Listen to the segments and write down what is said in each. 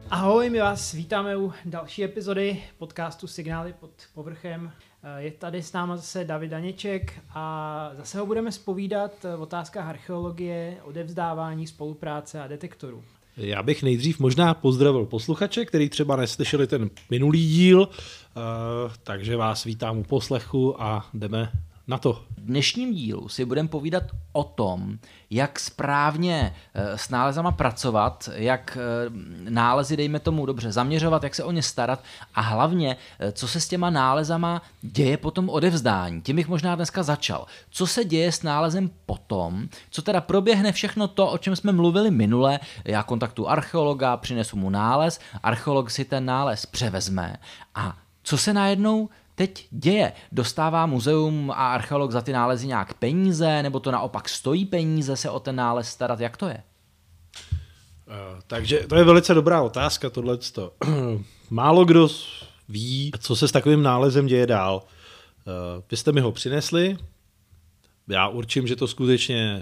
Ahoj, my vás vítáme u další epizody podcastu Signály pod povrchem. Je tady s náma zase David Daněček a zase ho budeme zpovídat v otázkách archeologie, odevzdávání, spolupráce a detektorů. Já bych nejdřív možná pozdravil posluchače, který třeba neslyšeli ten minulý díl, takže vás vítám u poslechu a jdeme na to. V dnešním dílu si budeme povídat o tom, jak správně s nálezama pracovat, jak nálezy, dejme tomu, dobře zaměřovat, jak se o ně starat a hlavně, co se s těma nálezama děje po tom odevzdání. Tím bych možná dneska začal. Co se děje s nálezem potom, co teda proběhne všechno to, o čem jsme mluvili minule. Já kontaktuju archeologa, přinesu mu nález, archeolog si ten nález převezme a co se najednou teď děje? Dostává muzeum a archeolog za ty nálezy nějak peníze, nebo to naopak stojí peníze se o ten nález starat? Jak to je? Takže to je velice dobrá otázka, tohleto. Málo kdo ví, co se s takovým nálezem děje dál. Vy jste mi ho přinesli, já určím, že to skutečně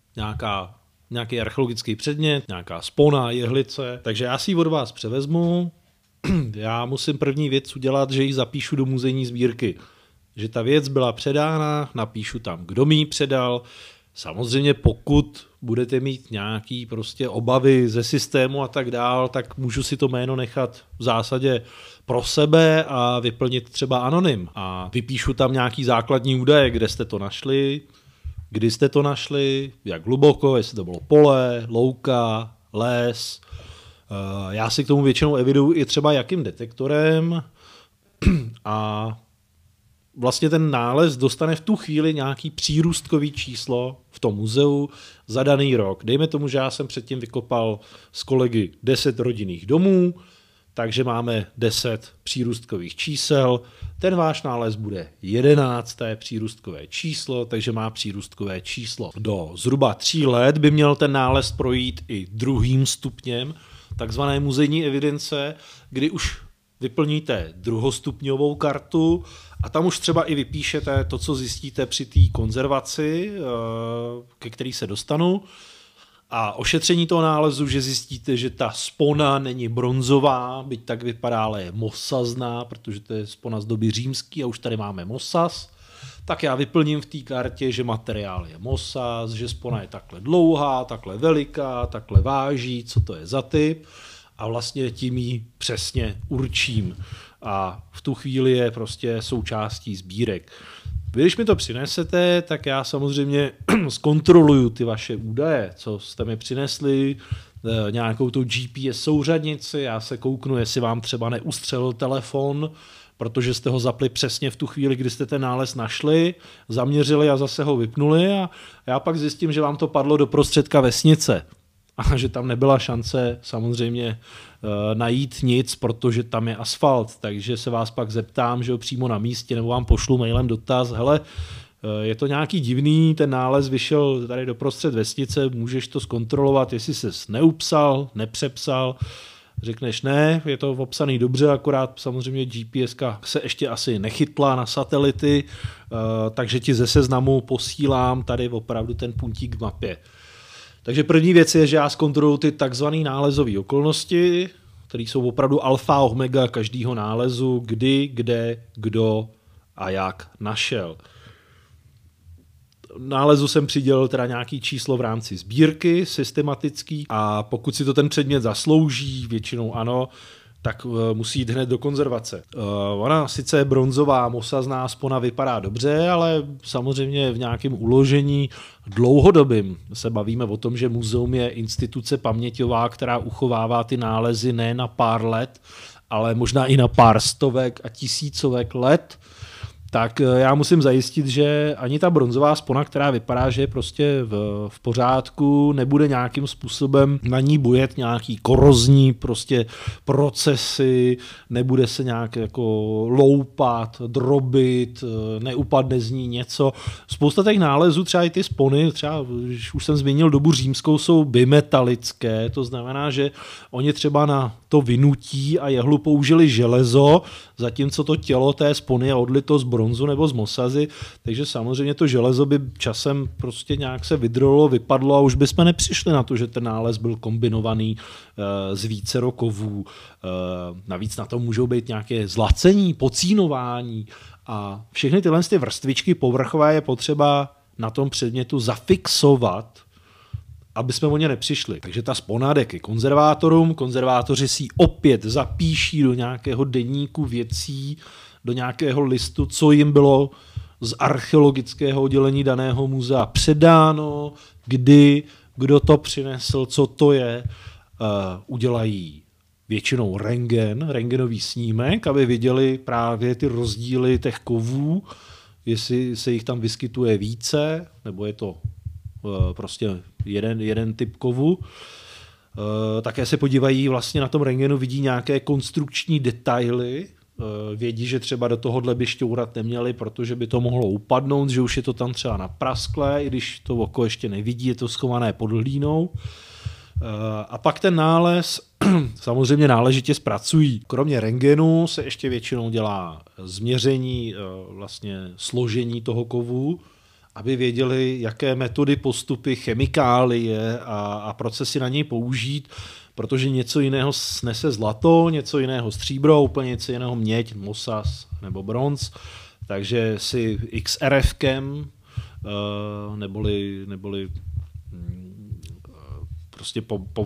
nějaký archeologický předmět, nějaká spona, jehlice, takže já si ji od vás převezmu. Já musím první věc udělat, že ji zapíšu do muzejní sbírky. Že ta věc byla předána, napíšu tam, kdo mi ji předal. Samozřejmě pokud budete mít nějaký prostě obavy ze systému a tak dál, tak můžu si to jméno nechat v zásadě pro sebe a vyplnit třeba anonym. A vypíšu tam nějaký základní údaje, kde jste to našli, kdy jste to našli, jak hluboko, jestli to bylo pole, louka, les. Já si k tomu většinou eviduju i třeba jakým detektorem a vlastně ten nález dostane v tu chvíli nějaký přírůstkový číslo v tom muzeu za daný rok. Dejme tomu, že já jsem předtím vykopal s kolegy 10 rodinných domů, takže máme 10 přírůstkových čísel. Ten váš nález bude 11. přírůstkové číslo, takže má přírůstkové číslo. Do zhruba 3 let by měl ten nález projít i druhým stupněm takzvané muzejní evidence, kdy už vyplníte druhostupňovou kartu a tam už třeba i vypíšete to, co zjistíte při té konzervaci, ke který se dostanu. A ošetření toho nálezu, že zjistíte, že ta spona není bronzová, byť tak vypadá, ale je mosazná, protože to je spona z doby římský a už tady máme mosaz, tak já vyplním v té kartě, že materiál je mosaz, že spona je takhle dlouhá, takhle veliká, takhle váží, co to je za typ a vlastně tím ji přesně určím. A v tu chvíli je prostě součástí sbírek. Vy, když mi to přinesete, tak já samozřejmě zkontroluju ty vaše údaje, co jste mi přinesli, nějakou tu GPS souřadnici, já se kouknu, jestli vám třeba neustřelil telefon, protože jste ho zapli přesně v tu chvíli, kdy jste ten nález našli, zaměřili a zase ho vypnuli a já pak zjistím, že vám to padlo do prostředka vesnice a že tam nebyla šance samozřejmě najít nic, protože tam je asfalt, takže se vás pak zeptám, že ho přímo na místě, nebo vám pošlu mailem dotaz, hele, je to nějaký divný, ten nález vyšel tady do prostřed vesnice, můžeš to zkontrolovat, jestli ses neupsal, nepřepsal. Řekneš ne, je to obsaný dobře, akorát samozřejmě GPSka se ještě asi nechytla na satelity, takže ti ze seznamu posílám tady opravdu ten puntík v mapě. Takže první věc je, že já zkontroluji ty takzvané nálezové okolnosti, které jsou opravdu alfa a omega každého nálezu, kdy, kde, kdo a jak našel. Nálezu jsem přidělil teda nějaký číslo v rámci sbírky systematický a pokud si to ten předmět zaslouží, většinou ano, tak musí jít hned do konzervace. Ona sice je bronzová, mosazná spona, vypadá dobře, ale samozřejmě v nějakém uložení dlouhodobým se bavíme o tom, že muzeum je instituce paměťová, která uchovává ty nálezy ne na pár let, ale možná i na pár stovek a tisícovek let. Tak já musím zajistit, že ani ta bronzová spona, která vypadá, že je prostě v pořádku, nebude nějakým způsobem na ní bujet nějaký korozní prostě procesy, nebude se nějak jako loupat, drobit, neupadne z ní něco. Spousta těch nálezů, třeba i ty spony, třeba, když už jsem zmínil dobu římskou, jsou bimetalické, to znamená, že oni třeba na to vynutí a jehlu použili železo, zatímco to tělo té spony je odlito z bronzu. bronzu nebo z mosazy, takže samozřejmě to železo by časem prostě nějak se vydrolo, vypadlo a už bychom nepřišli na to, že ten nález byl kombinovaný z vícero kovů. Navíc na to můžou být nějaké zlacení, pocínování a všechny tyhle vrstvičky povrchové je potřeba na tom předmětu zafixovat, aby jsme o ně nepřišli. Takže ta spona jde ke konzervátorům, konzervátoři si ji opět zapíší do nějakého deníku věcí, do nějakého listu, co jim bylo z archeologického oddělení daného muzea předáno, kdy, kdo to přinesl, co to je. Udělají většinou rentgenový snímek, aby viděli právě ty rozdíly těch kovů, jestli se jich tam vyskytuje více, nebo je to prostě jeden typ kovu. Také se podívají vlastně na tom rentgenu, vidí nějaké konstrukční detaily, vědí, že třeba do tohohle by šťourat neměli, protože by to mohlo upadnout, že už je to tam třeba naprasklé, i když to oko ještě nevidí, je to schované pod hlínou. A pak ten nález samozřejmě náležitě zpracují. Kromě rentgenu se ještě většinou dělá změření vlastně složení toho kovu, aby věděli, jaké metody, postupy, chemikálie a procesy na něj použít, protože něco jiného snese zlato, něco jiného stříbro, úplně něco jiného měď, mosaz nebo bronz. Takže si XRF-kem neboli prostě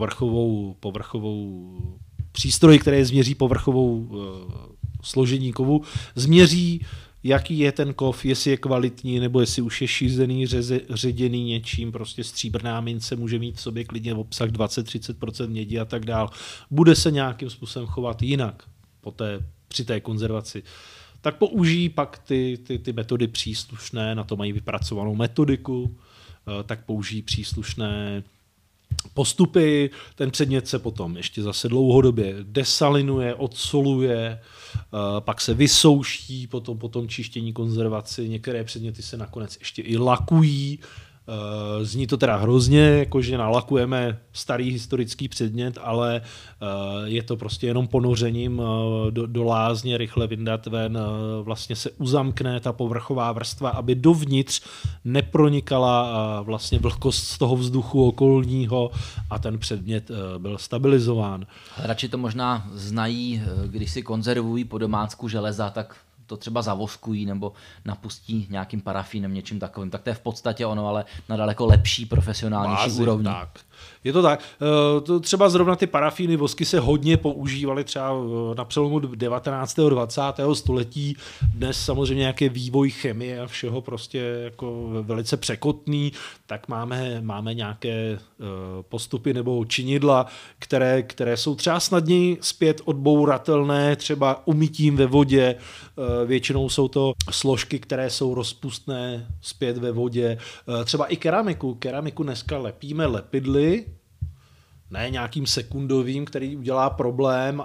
povrchovou přístroj, který změří povrchovou složení kovu, změří, jaký je ten kov, jestli je kvalitní, nebo jestli už je šízený, ředěný něčím, prostě stříbrná mince může mít v sobě klidně obsah 20-30% mědi a tak dál. Bude se nějakým způsobem chovat jinak při té konzervaci. Tak použijí pak ty metody příslušné, na to mají vypracovanou metodiku, tak použijí příslušné postupy, ten předmět se potom ještě zase dlouhodobě desalinuje, odsoluje, pak se vysouší po tom čištění, konzervaci, některé předměty se nakonec ještě i lakují. Zní to teda hrozně, jakože nalakujeme starý historický předmět, ale je to prostě jenom ponořením do lázně, rychle vyndat ven, vlastně se uzamkne ta povrchová vrstva, aby dovnitř nepronikala vlastně vlhkost z toho vzduchu okolního a ten předmět byl stabilizován. Radši to možná znají, když si konzervují po domácku železa, tak to třeba zavoskují nebo napustí nějakým parafínem, něčím takovým. Tak to je v podstatě ono, ale na daleko lepší, profesionálnější úrovni. Tak. Je to tak. Třeba zrovna ty parafíny, vosky se hodně používaly třeba na přelomu 19. a 20. století. Dnes samozřejmě nějaký vývoj chemie a všeho prostě jako velice překotný, tak máme nějaké postupy nebo činidla, které jsou třeba snadněji zpět odbouratelné, třeba umytím ve vodě. Většinou jsou to složky, které jsou rozpustné zpět ve vodě. Třeba i keramiku. Keramiku dneska lepíme lepidly, ne nějakým sekundovým, který udělá problém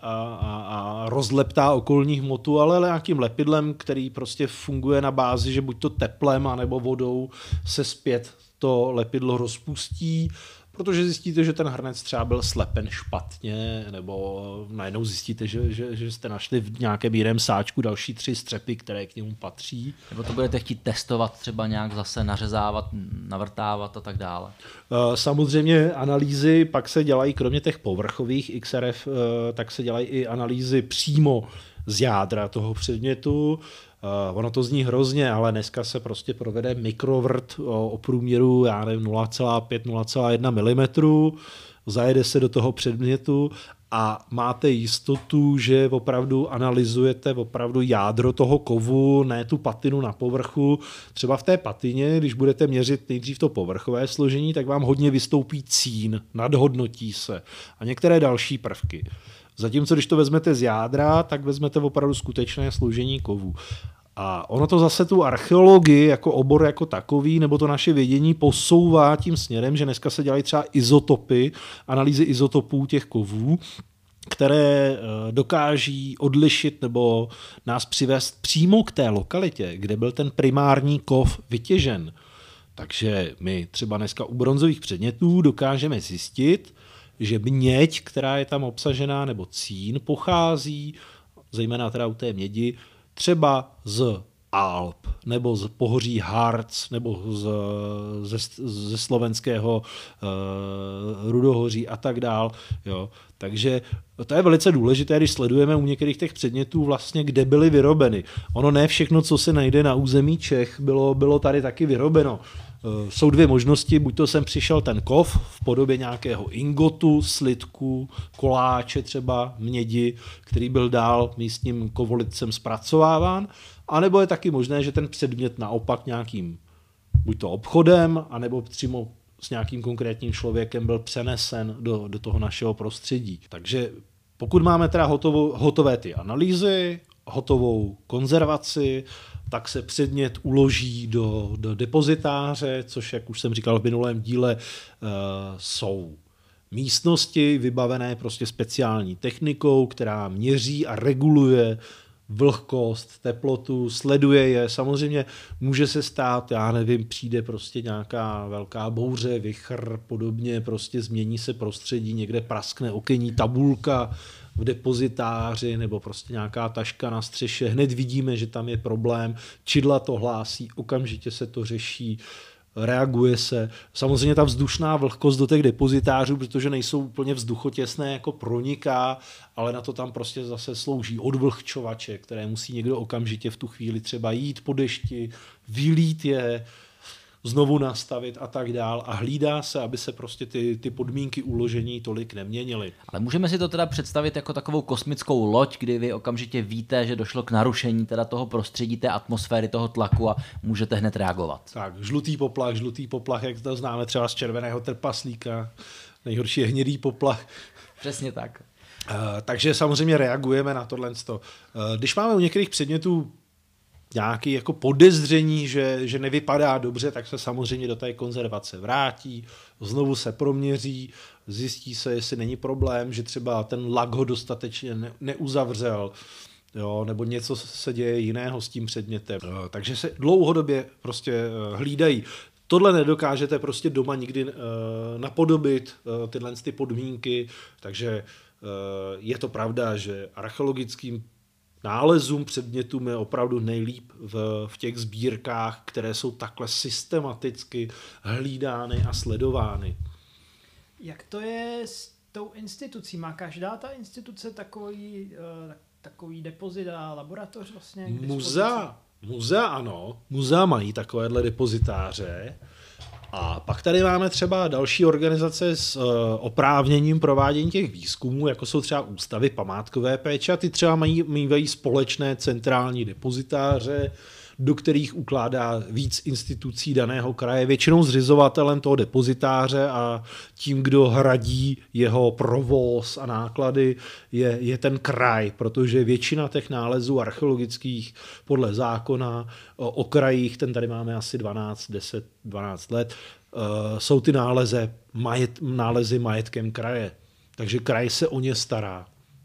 a rozleptá okolní hmotu, ale nějakým lepidlem, který prostě funguje na bázi, že buď to teplem, anebo vodou se zpět to lepidlo rozpustí, protože zjistíte, že ten hrnec třeba byl slepen špatně, nebo najednou zjistíte, že jste našli v nějakém jiném sáčku další 3 střepy, které k němu patří. Nebo to budete chtít testovat, třeba nějak zase nařezávat, navrtávat a tak dále. Samozřejmě analýzy pak se dělají, kromě těch povrchových XRF, tak se dělají i analýzy přímo z jádra toho předmětu. Ono to zní hrozně, ale dneska se prostě provede mikrovrt o průměru 0,5-0,1 mm, zajede se do toho předmětu a máte jistotu, že opravdu analyzujete opravdu jádro toho kovu, ne tu patinu na povrchu. Třeba v té patině, když budete měřit nejdřív to povrchové složení, tak vám hodně vystoupí cín, nadhodnotí se a některé další prvky. Zatímco když to vezmete z jádra, tak vezmete opravdu skutečné složení kovu. A ono to zase tu archeologii jako obor jako takový, nebo to naše vědění posouvá tím směrem, že dneska se dělají třeba izotopy, analýzy izotopů těch kovů, které dokáží odlišit nebo nás přivést přímo k té lokalitě, kde byl ten primární kov vytěžen. Takže my třeba dneska u bronzových předmětů dokážeme zjistit, že měď, která je tam obsažená, nebo cín, pochází, zejména teda u té mědi, třeba z Alp, nebo z pohoří Harz, nebo ze slovenského Rudohoří a tak dál. Jo. Takže to je velice důležité, když sledujeme u některých těch předmětů vlastně, kde byly vyrobeny. Ono ne všechno, co se najde na území Čech, bylo tady taky vyrobeno. Jsou dvě možnosti, buď to sem přišel ten kov v podobě nějakého ingotu, slitku, koláče třeba, mědi, který byl dál místním kovolitcem zpracováván, anebo je taky možné, že ten předmět naopak nějakým buď to obchodem, anebo přímo s nějakým konkrétním člověkem byl přenesen do toho našeho prostředí. Takže pokud máme teda hotové ty analýzy, hotovou konzervaci, tak se předmět uloží do depozitáře, což, jak už jsem říkal v minulém díle, jsou místnosti vybavené prostě speciální technikou, která měří a reguluje vlhkost, teplotu, sleduje je. Samozřejmě může se stát, já nevím, přijde prostě nějaká velká bouře, vichr, podobně, prostě změní se prostředí, někde praskne okenní tabulka v depozitáři nebo prostě nějaká taška na střeše. Hned vidíme, že tam je problém, čidla to hlásí, okamžitě se to řeší, reaguje se. Samozřejmě ta vzdušná vlhkost do těch depozitářů, protože nejsou úplně vzduchotěsné, jako proniká, ale na to tam prostě zase slouží odvlhčovače, které musí někdo okamžitě v tu chvíli třeba jít po dešti, vylít je, znovu nastavit a tak dál a hlídá se, aby se prostě ty podmínky uložení tolik neměnily. Ale můžeme si to teda představit jako takovou kosmickou loď, kdy vy okamžitě víte, že došlo k narušení teda toho prostředí, té atmosféry, toho tlaku a můžete hned reagovat. Tak, žlutý poplach, jak to známe třeba z červeného trpaslíka, nejhorší je hnědý poplach. Přesně tak. Takže samozřejmě reagujeme na tohle. Když máme u některých předmětů nějaké jako podezření, že nevypadá dobře, tak se samozřejmě do té konzervace vrátí, znovu se proměří, zjistí se, jestli není problém, že třeba ten lak ho dostatečně neuzavřel, jo, nebo něco se děje jiného s tím předmětem. Takže se dlouhodobě prostě hlídají. Tohle nedokážete prostě doma nikdy napodobit, tyhle ty podmínky, takže je to pravda, že archeologickým nálezům, předmětům je opravdu nejlíp v těch sbírkách, které jsou takhle systematicky hlídány a sledovány. Jak to je s tou institucí? Má každá ta instituce takový depozit a laboratoř vlastně? Muzea ano, muzea mají takovéhle depozitáře. A pak tady máme třeba další organizace s oprávněním provádění těch výzkumů, jako jsou třeba ústavy památkové péče, a ty třeba mývají společné centrální depozitáře, do kterých ukládá víc institucí daného kraje. Většinou zřizovatelem toho depozitáře a tím, kdo hradí jeho provoz a náklady, je ten kraj, protože většina těch nálezů archeologických podle zákona o krajích, ten tady máme asi 12 let, jsou ty nálezy majetkem kraje. Takže kraj se o ně stará.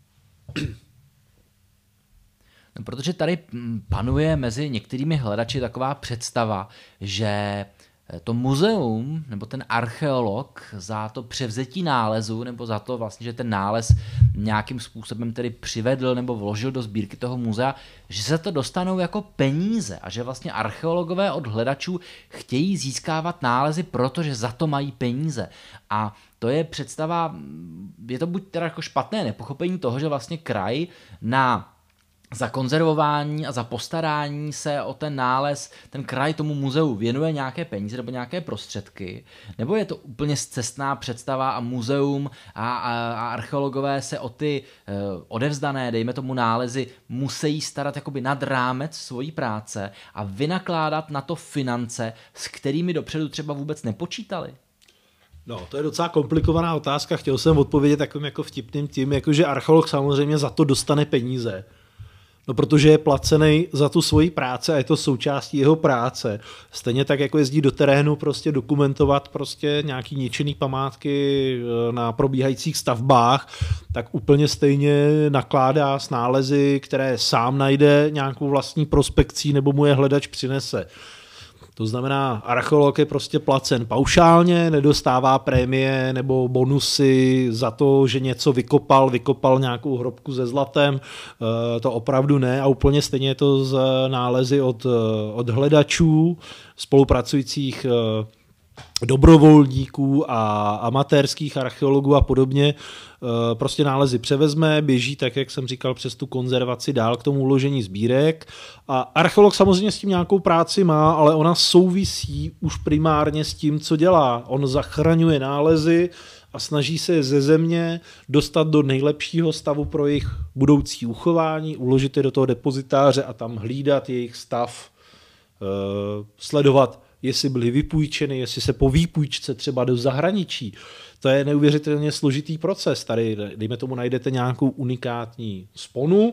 No, protože tady panuje mezi některými hledači taková představa, že to muzeum nebo ten archeolog za to převzetí nálezu nebo za to vlastně, že ten nález nějakým způsobem tedy přivedl nebo vložil do sbírky toho muzea, že se to dostanou jako peníze a že vlastně archeologové od hledačů chtějí získávat nálezy, protože za to mají peníze. A to je představa, je to buď teda jako špatné nepochopení toho, že vlastně kraj za konzervování a za postarání se o ten nález, ten kraj tomu muzeu věnuje nějaké peníze nebo nějaké prostředky, nebo je to úplně scestná představa a muzeum a archeologové se o ty odevzdané, dejme tomu nálezy, musí starat jakoby nad rámec svojí práce a vynakládat na to finance, s kterými dopředu třeba vůbec nepočítali? No, to je docela komplikovaná otázka. Chtěl jsem odpovědět takovým jako vtipným tím, jakože archeolog samozřejmě za to dostane peníze. No, protože je placený za tu svoji práci a je to součástí jeho práce. Stejně tak, jako jezdí do terénu prostě dokumentovat prostě nějaký ničený památky na probíhajících stavbách, tak úplně stejně nakládá s nálezy, které sám najde nějakou vlastní prospekcí nebo mu je hledač přinese. To znamená, archeolog je prostě placen paušálně, nedostává prémie nebo bonusy za to, že něco vykopal nějakou hrobku se zlatem, to opravdu ne a úplně stejně je to z nálezy od hledačů, spolupracujících dobrovolníků a amatérských archeologů a podobně. Prostě nálezy převezme, běží tak, jak jsem říkal, přes tu konzervaci dál k tomu uložení sbírek a archeolog samozřejmě s tím nějakou práci má, ale ona souvisí už primárně s tím, co dělá. On zachraňuje nálezy a snaží se je ze země dostat do nejlepšího stavu pro jejich budoucí uchování, uložit je do toho depozitáře a tam hlídat jejich stav, sledovat, jestli byly vypůjčeny, jestli se po výpůjčce třeba do zahraničí. To je neuvěřitelně složitý proces. Tady, dejme tomu, najdete nějakou unikátní sponu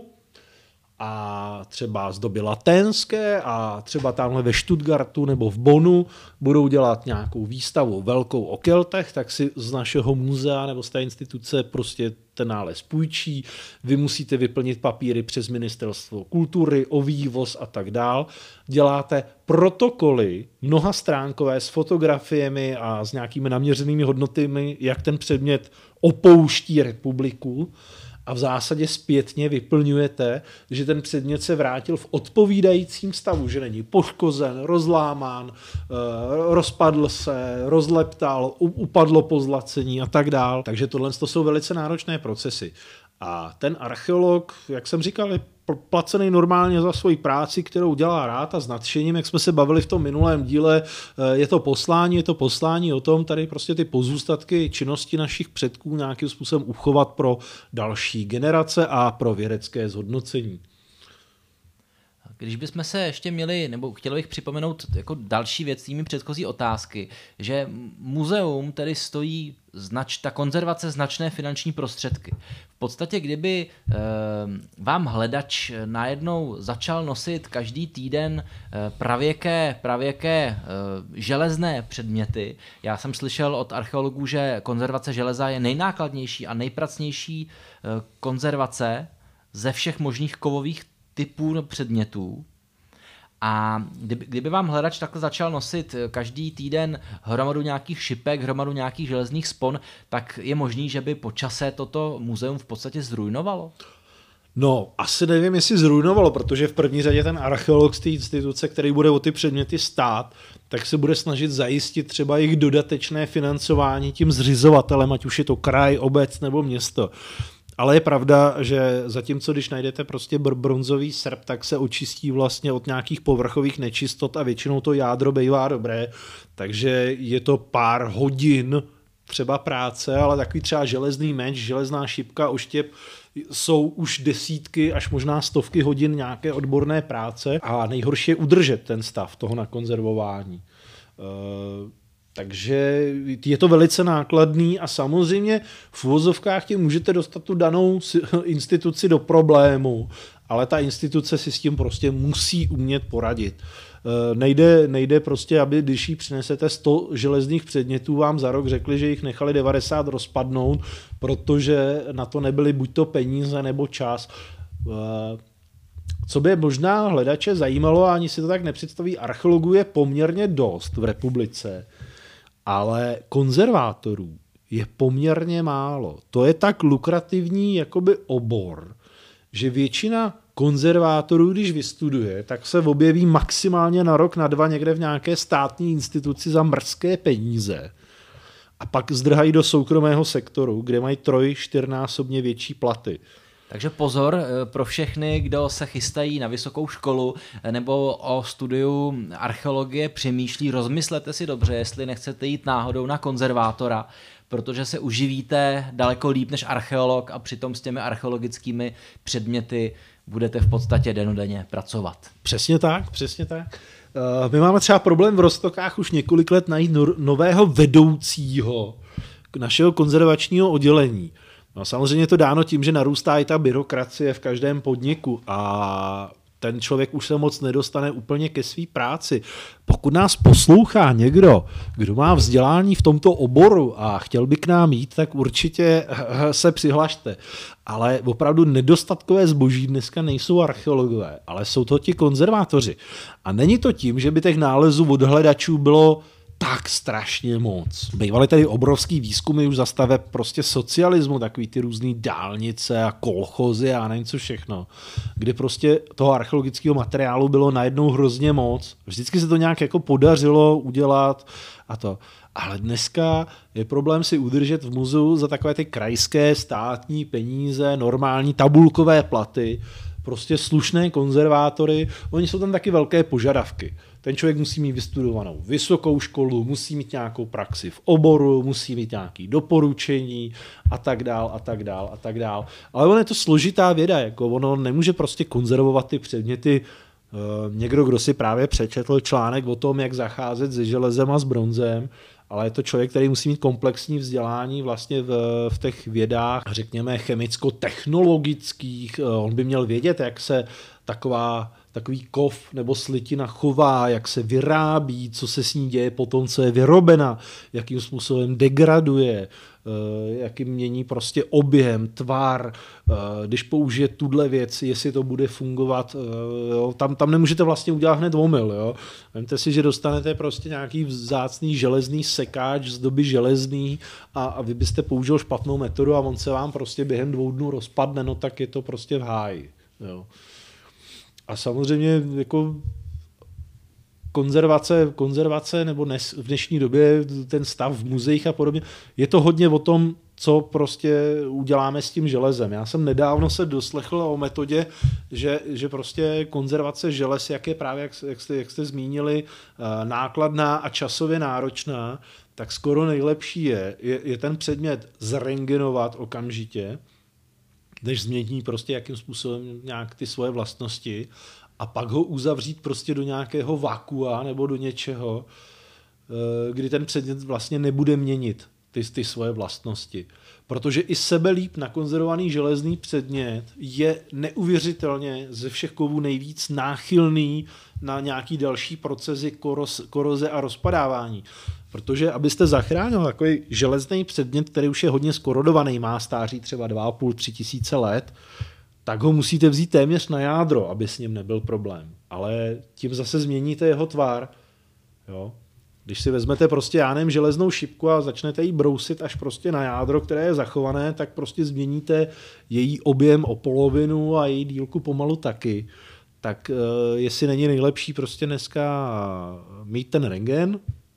a třeba z doby laténské a třeba tamhle ve Stuttgartu nebo v Bonnu budou dělat nějakou výstavu velkou o Keltech, tak si z našeho muzea nebo z té instituce prostě ten nález půjčí, vy musíte vyplnit papíry přes ministerstvo kultury, o vývoz a tak dál. Děláte protokoly mnohastránkové s fotografiemi a s nějakými naměřenými hodnotami, jak ten předmět opouští republiku a v zásadě zpětně vyplňujete, že ten předmět se vrátil v odpovídajícím stavu, že není poškozen, rozlámán, rozpadl se, rozleptal, upadlo pozlacení a tak dál. Takže tohle to jsou velice náročné procesy. A ten archeolog, jak jsem říkal, je placený normálně za svoji práci, kterou dělá rád a s nadšením, jak jsme se bavili v tom minulém díle, je to poslání o tom tady prostě ty pozůstatky činnosti našich předků nějakým způsobem uchovat pro další generace a pro vědecké zhodnocení. Když bychom se ještě měli, nebo chtěl bych připomenout jako další věc tými předchozí otázky, že muzeum tedy stojí ta konzervace značné finanční prostředky. V podstatě, kdyby vám hledač najednou začal nosit každý týden pravěké železné předměty, já jsem slyšel od archeologů, že konzervace železa je nejnákladnější a nejpracnější konzervace ze všech možných kovových typů předmětů. A kdyby vám hledač takhle začal nosit každý týden hromadu nějakých šipek, hromadu nějakých železných spon, tak je možný, že by po čase toto muzeum v podstatě zrujnovalo? No, asi nevím, jestli zrujnovalo, protože v první řadě ten archeolog z té instituce, který bude o ty předměty stát, tak se bude snažit zajistit třeba jejich dodatečné financování tím zřizovatelem, ať už je to kraj, obec nebo město. Ale je pravda, že zatímco když najdete prostě bronzový srp, tak se očistí vlastně od nějakých povrchových nečistot a většinou to jádro bývá dobré, takže je to pár hodin třeba práce, ale takový třeba železný meč, železná šipka, oštěp jsou už desítky až možná stovky hodin nějaké odborné práce a nejhorší je udržet ten stav toho nakonzervování. Takže je to velice nákladný a samozřejmě v uvozovkách tím můžete dostat tu danou instituci do problému, ale ta instituce si s tím prostě musí umět poradit. Nejde prostě, aby když jí přinesete 100 železných předmětů, vám za rok řekli, že jich nechali 90 rozpadnout, protože na to nebyly buď to peníze nebo čas. Co by možná hledače zajímalo, a ani si to tak nepředstaví, archeologů je poměrně dost v republice, ale konzervátorů je poměrně málo. To je tak lukrativní jakoby obor, že většina konzervátorů, když vystuduje, tak se objeví maximálně na rok, na dva někde v nějaké státní instituci za mrzké peníze. A pak zdrhají do soukromého sektoru, kde mají 3-4násobně větší platy. Takže pozor pro všechny, kdo se chystají na vysokou školu nebo o studiu archeologie přemýšlí, rozmyslete si dobře, jestli nechcete jít náhodou na konzervátora, protože se uživíte daleko líp než archeolog a přitom s těmi archeologickými předměty budete v podstatě dennodenně pracovat. Přesně tak, přesně tak. My máme třeba problém v Roztokách už několik let najít nového vedoucího našeho konzervačního oddělení. No, samozřejmě je to dáno tím, že narůstá i ta byrokracie v každém podniku a ten člověk už se moc nedostane úplně ke své práci. Pokud nás poslouchá někdo, kdo má vzdělání v tomto oboru a chtěl by k nám jít, tak určitě se přihlašte. Ale opravdu nedostatkové zboží dneska nejsou archeologové, ale jsou to ti konzervátoři. A není to tím, že by těch nálezů od hledačů bylo tak strašně moc. Bývaly tady obrovský výzkumy už za staveb prostě socialismu, takový ty různý dálnice a kolchozy a nevím co všechno, kde prostě toho archeologického materiálu bylo najednou hrozně moc. Vždycky se to nějak jako podařilo udělat a to. Ale dneska je problém si udržet v muzeu za takové ty krajské státní peníze, normální tabulkové platy, prostě slušné konzervátory, oni jsou tam taky velké požadavky. Ten člověk musí mít vystudovanou vysokou školu, musí mít nějakou praxi v oboru, musí mít nějaké doporučení a tak dál, a tak dál, a tak dál. Ale ono je to složitá věda, jako ono nemůže prostě konzervovat ty předměty. Někdo, kdo si právě přečetl článek o tom, jak zacházet se železem a s bronzem, ale je to člověk, který musí mít komplexní vzdělání vlastně v těch vědách, řekněme chemicko-technologických. On by měl vědět, jak se takový kov nebo slitina chová, jak se vyrábí, co se s ní děje potom, co je vyrobena, jakým způsobem degraduje, jakým mění prostě objem, tvar, když použije tuhle věc, jestli to bude fungovat, jo, tam nemůžete vlastně udělat hned omyl. Jo. Vemte si, že dostanete prostě nějaký vzácný železný sekáč z doby železný a vy byste použil špatnou metodu a on se vám prostě během 2 dnů rozpadne, no tak je to prostě v háji. Jo. A samozřejmě jako konzervace nebo v dnešní době ten stav v muzeích a podobně, je to hodně o tom, co prostě uděláme s tím železem. Já jsem nedávno se doslechl o metodě, že prostě konzervace želez, jak je právě, jak jste zmínili, nákladná a časově náročná, tak skoro nejlepší je ten předmět zrentgenovat okamžitě, než změní prostě jakým způsobem nějak ty svoje vlastnosti a pak ho uzavřít prostě do nějakého vakua nebo do něčeho, kdy ten předmět vlastně nebude měnit ty svoje vlastnosti. Protože i sebelíp nakonzervovaný železný předmět je neuvěřitelně ze všech kovů nejvíc náchylný na nějaký další procesy koroze a rozpadávání. Protože abyste zachránil takový železný předmět, který už je hodně skorodovaný, má stáří třeba 2,5–3 tisíce let, tak ho musíte vzít téměř na jádro, aby s ním nebyl problém. Ale tím zase změníte jeho tvar. Jo? Když si vezmete prostě, já nevím, železnou šipku a začnete jí brousit až prostě na jádro, které je zachované, tak prostě změníte její objem o polovinu a její dílku pomalu taky. Tak jestli není nejlepší prostě dneska mít ten rentgen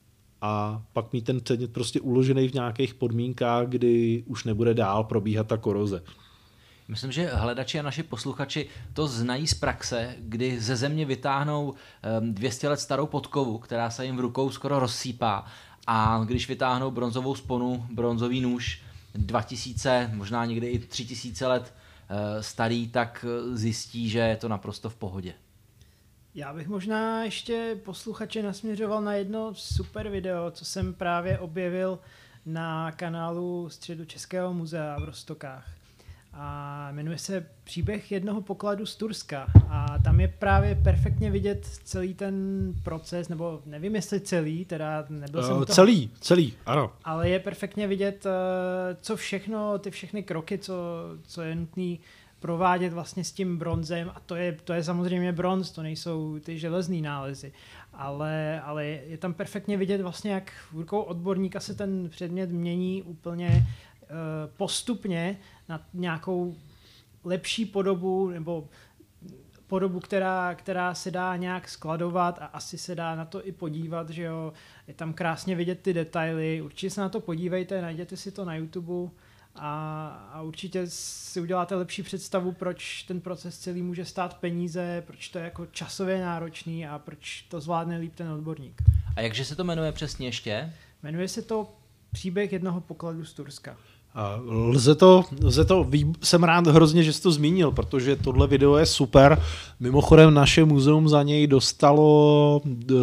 a pak mít ten předmět prostě uložený v nějakých podmínkách, kdy už nebude dál probíhat ta koroze. Myslím, že hledači a naši posluchači to znají z praxe, kdy ze země vytáhnou 200 let starou podkovu, která se jim v rukou skoro rozsýpá, a když vytáhnou bronzovou sponu, bronzový nůž 2000, možná někdy i 3000 let starý, tak zjistí, že je to naprosto v pohodě. Já bych možná ještě posluchače nasměřoval na jedno super video, co jsem právě objevil na kanálu Středočeského muzea v Roztokách. A jmenuje se Příběh jednoho pokladu z Turska. A tam je právě perfektně vidět celý ten proces, nebo nevím, jestli celý, teda nebyl jsem toho. Celý, ano. Ale je perfektně vidět, co všechno, ty všechny kroky, co je nutný provádět vlastně s tím bronzem. A to je samozřejmě bronz, to nejsou ty železný nálezy. Ale je tam perfektně vidět vlastně, jak v rukou odborníka se ten předmět mění úplně postupně na nějakou lepší podobu, nebo podobu, která se dá nějak skladovat a asi se dá na to i podívat, že jo. Je tam krásně vidět ty detaily, určitě se na to podívejte, najděte si to na YouTube a určitě si uděláte lepší představu, proč ten proces celý může stát peníze, proč to je jako časově náročný a proč to zvládne líp ten odborník. A jakže se to jmenuje přesně ještě? Jmenuje se to Příběh jednoho pokladu z Turska. Lze to, jsem rád hrozně, že jsi to zmínil, protože tohle video je super. Mimochodem naše muzeum za něj dostalo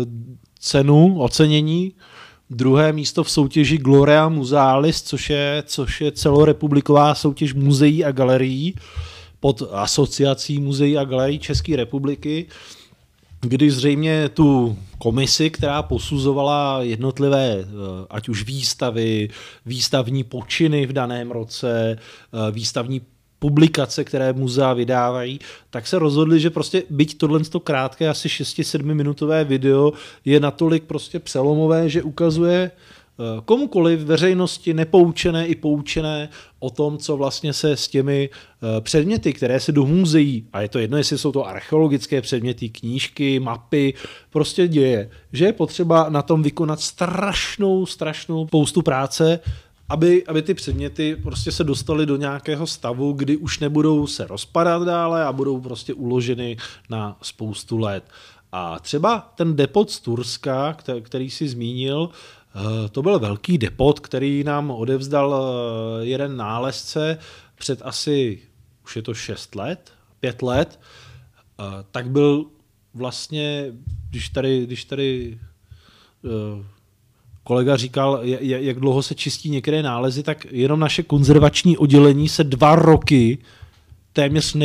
ocenění, 2. místo v soutěži Gloria Musealis, což je celorepubliková soutěž muzeí a galerií. pod asociací muzeí a galerií České republiky, kdy zřejmě tu komisi, která posuzovala jednotlivé, ať už výstavy, výstavní počiny v daném roce, výstavní publikace, které muzea vydávají, tak se rozhodli, že prostě byť tohle krátké, asi 6-7 minutové video je natolik prostě přelomové, že ukazuje komukoliv veřejnosti nepoučené i poučené o tom, co vlastně se s těmi předměty, které se do muzeí, a je to jedno, jestli jsou to archeologické předměty, knížky, mapy, prostě děje, že je potřeba na tom vykonat strašnou spoustu práce, aby ty předměty prostě se dostaly do nějakého stavu, kdy už nebudou se rozpadat dále a budou prostě uloženy na spoustu let. A třeba ten depot z Turska, který si zmínil, to byl velký depot, který nám odevzdal jeden nálezce před asi, už je to 6 let, 5 let, tak byl vlastně, když tady kolega říkal, jak dlouho se čistí některé nálezy, tak jenom naše konzervační oddělení se 2 roky téměř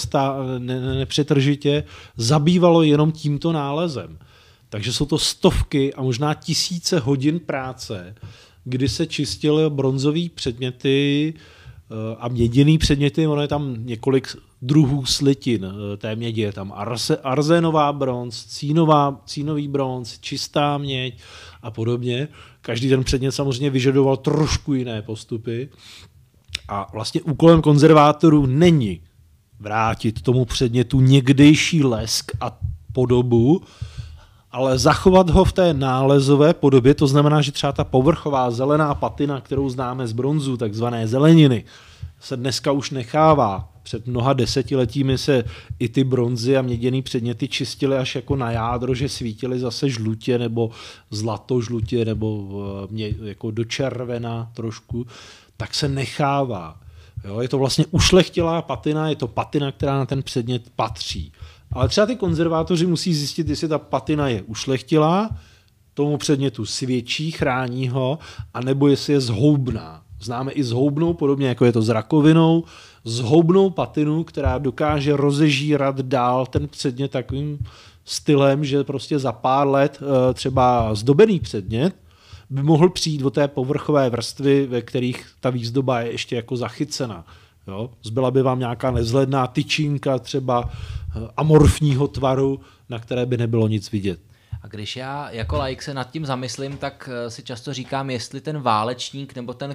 nepřetržitě zabývalo jenom tímto nálezem. Takže jsou to stovky a možná tisíce hodin práce, kdy se čistily bronzové předměty a měděné předměty, ono je tam několik druhů slitin té mědi, je tam arzénová bronz, cínový bronz, čistá měď a podobně. Každý ten předmět samozřejmě vyžadoval trošku jiné postupy a vlastně úkolem konzervátorů není vrátit tomu předmětu někdejší lesk a podobu, ale zachovat ho v té nálezové podobě, to znamená, že třeba ta povrchová zelená patina, kterou známe z bronzu, takzvané zeleniny, se dneska už nechává. Před mnoha desetiletími se i ty bronzy a měděný předměty čistily až jako na jádro, že svítily zase žlutě nebo zlatožlutě nebo jako do červena trošku, tak se nechává. Jo, je to vlastně ušlechtilá patina, je to patina, která na ten předmět patří. Ale třeba ty konzervátoři musí zjistit, jestli ta patina je ušlechtilá, tomu předmětu svědčí, chrání ho, anebo jestli je zhoubná. Známe i zhoubnou, podobně jako je to s rakovinou, zhoubnou patinu, která dokáže rozežírat dál ten předmět takovým stylem, že prostě za pár let třeba zdobený předmět by mohl přijít do té povrchové vrstvy, ve kterých ta výzdoba je ještě jako zachycena. Jo? Zbyla by vám nějaká nevzhledná tyčinka třeba amorfního tvaru, na které by nebylo nic vidět. A když já jako laik se nad tím zamyslím, tak si často říkám, jestli ten válečník nebo ten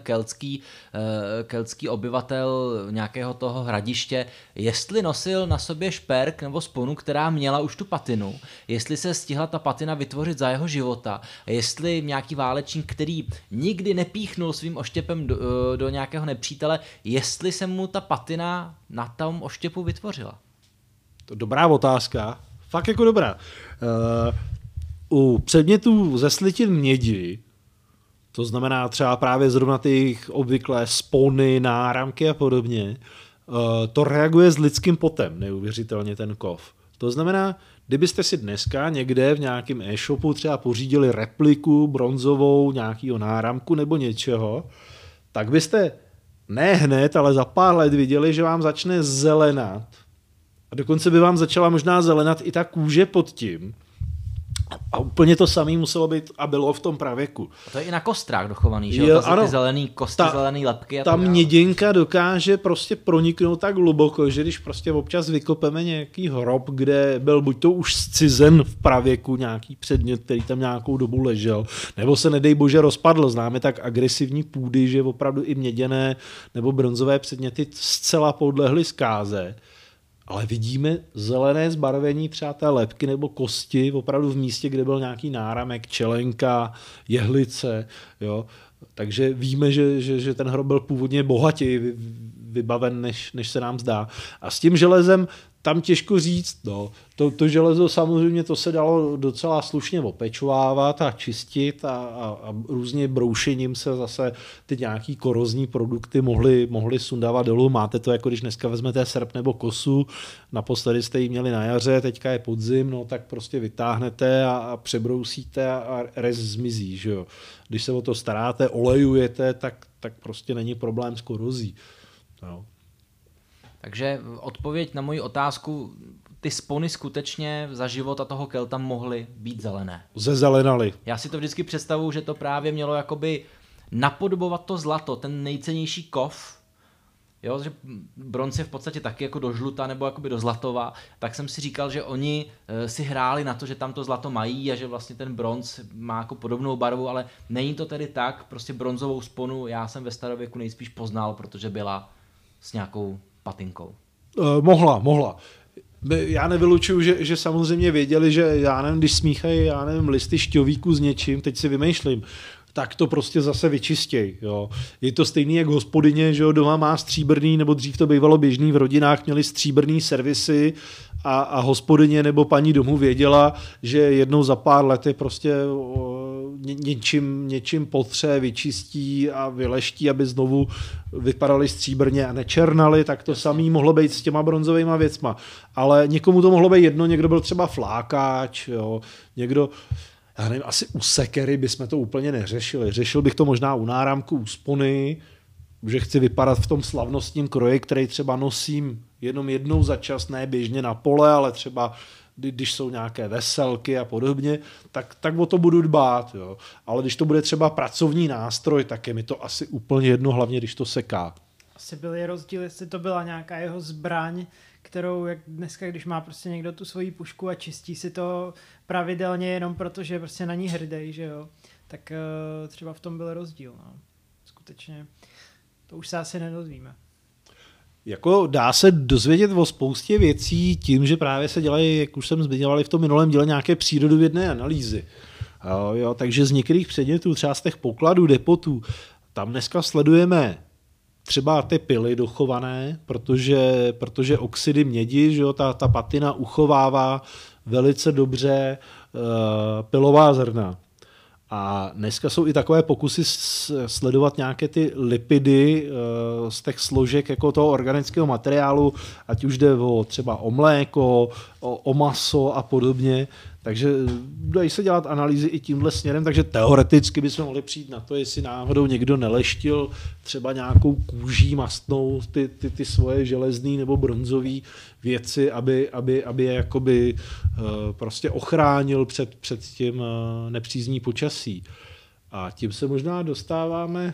keltský obyvatel nějakého toho hradiště, jestli nosil na sobě šperk nebo sponu, která měla už tu patinu, jestli se stihla ta patina vytvořit za jeho života, jestli nějaký válečník, který nikdy nepíchnul svým oštěpem do nějakého nepřítele, jestli se mu ta patina na tom oštěpu vytvořila. To dobrá otázka, fakt jako dobrá. U předmětů ze slitin mědi, to znamená třeba právě zrovna ty obvyklé spony, náramky a podobně, to reaguje s lidským potem, neuvěřitelně ten kov. To znamená, kdybyste si dneska někde v nějakém e-shopu třeba pořídili repliku bronzovou nějakého náramku nebo něčeho, tak byste ne hned, ale za pár let viděli, že vám začne zelenat. A dokonce by vám začala možná zelenat i ta kůže pod tím. A úplně to samé muselo být a bylo v tom pravěku. A to je i na kostrách dochovaný, že jo? Ty zelený kosti, zelený lepky. A ta měděnka dokáže prostě proniknout tak hluboko, že když prostě občas vykopeme nějaký hrob, kde byl buď to už zcizen v pravěku nějaký předmět, který tam nějakou dobu ležel, nebo se nedej bože rozpadl. Známe tak agresivní půdy, že opravdu i měděné nebo bronzové předměty zcela podlehly zkáze. Ale vidíme zelené zbarvení třeba té lebky nebo kosti opravdu v místě, kde byl nějaký náramek, čelenka, jehlice. Jo? Takže víme, že ten hrob byl původně bohatěji vybaven, než se nám zdá. A s tím železem tam těžko říct. No. To železo samozřejmě to se dalo docela slušně opečovávat a čistit a různě broušením se zase ty nějaký korozní produkty mohly sundávat dolů. Máte to, jako když dneska vezmete srp nebo kosu, naposledy jste ji měli na jaře, teďka je podzim, no tak prostě vytáhnete a přebrousíte a rez zmizí. Že jo? Když se o to staráte, olejujete, tak prostě není problém s korozí. No. Takže odpověď na moji otázku, ty spony skutečně za života toho Kelta mohly být zelené. Zezelenaly. Já si to vždycky představuju, že to právě mělo jakoby napodobovat to zlato, ten nejcennější kov, jo, že bronz je v podstatě taky jako do žluta nebo jakoby do zlatova, tak jsem si říkal, že oni si hráli na to, že tam to zlato mají a že vlastně ten bronz má jako podobnou barvu, ale není to tedy tak, prostě bronzovou sponu já jsem ve starověku nejspíš poznal, protože byla s nějakou patinkou. Mohla. Já nevylučuju, že samozřejmě věděli, že já nevím, když smíchají, já nevím, listy šťovíku s něčím, teď si vymýšlím, tak to prostě zase vyčistěj. Jo. Je to stejný jak hospodyně, že jo, doma má stříbrný, nebo dřív to bývalo běžný, v rodinách měli stříbrný servisy a hospodyně nebo paní domů věděla, že jednou za pár let je prostě něčím potře, vyčistí a vyleští, aby znovu vypadaly stříbrně a nečernaly, tak to samý mohlo být s těma bronzovými věcma. Ale někomu to mohlo být jedno, někdo byl třeba flákač, jo, někdo, já nevím, asi u sekery bychom to úplně neřešili. Řešil bych to možná u náramku, u spony, že chci vypadat v tom slavnostním kroji, který třeba nosím jenom jednou za čas, ne běžně na pole, ale třeba když jsou nějaké veselky a podobně, tak o to budu dbát. Jo. Ale když to bude třeba pracovní nástroj, tak je mi to asi úplně jedno, hlavně když to seká. Asi byl rozdíl, jestli to byla nějaká jeho zbraň, kterou jak dneska, když má prostě někdo tu svoji pušku a čistí si to pravidelně jenom proto, že je prostě na ní hrdej, že jo, tak třeba v tom byl rozdíl. No. Skutečně, to už se asi nedozvíme. Jako dá se dozvědět o spoustě věcí tím, že právě se dělají, jak už jsem zmiňoval v tom minulém díle, nějaké přírodovědné analýzy. Jo, takže z některých předmětů, třeba z těch pokladů, depotů, tam dneska sledujeme třeba ty pily dochované, protože oxidy mědi, že jo, ta patina uchovává velice dobře pilová zrna. A dneska jsou i takové pokusy sledovat nějaké ty lipidy z těch složek jako toho organického materiálu, ať už jde třeba o mléko, o maso a podobně. Takže dají se dělat analýzy i tímhle směrem, takže teoreticky bychom mohli přijít na to, jestli náhodou někdo neleštil třeba nějakou kůží mastnou ty svoje železný nebo bronzové věci, aby je jakoby prostě ochránil před tím nepřízní počasí. A tím se možná dostáváme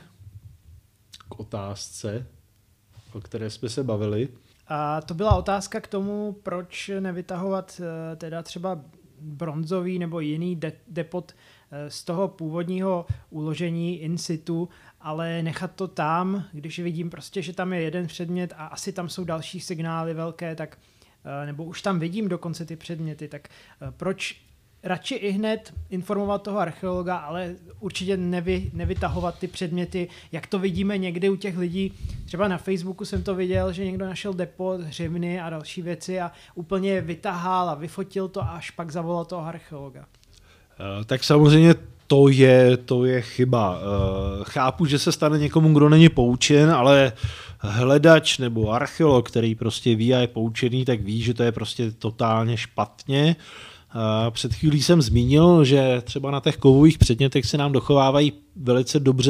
k otázce, o které jsme se bavili. A to byla otázka k tomu, proč nevytahovat teda třeba bronzový nebo jiný depot z toho původního uložení in situ, ale nechat to tam, když vidím prostě, že tam je jeden předmět a asi tam jsou další signály velké, tak nebo už tam vidím dokonce ty předměty, tak proč radši i hned informovat toho archeologa, ale určitě nevytahovat ty předměty, jak to vidíme někdy u těch lidí. Třeba na Facebooku jsem to viděl, že někdo našel depot, hřivny a další věci a úplně je vytahal a vyfotil to a až pak zavolal toho archeologa. Tak samozřejmě to je chyba. Chápu, že se stane někomu, kdo není poučen, ale hledač nebo archeolog, který prostě ví a je poučený, tak ví, že to je prostě totálně špatně. Před chvílí jsem zmínil, že třeba na těch kovových předmětech se nám dochovávají velice dobře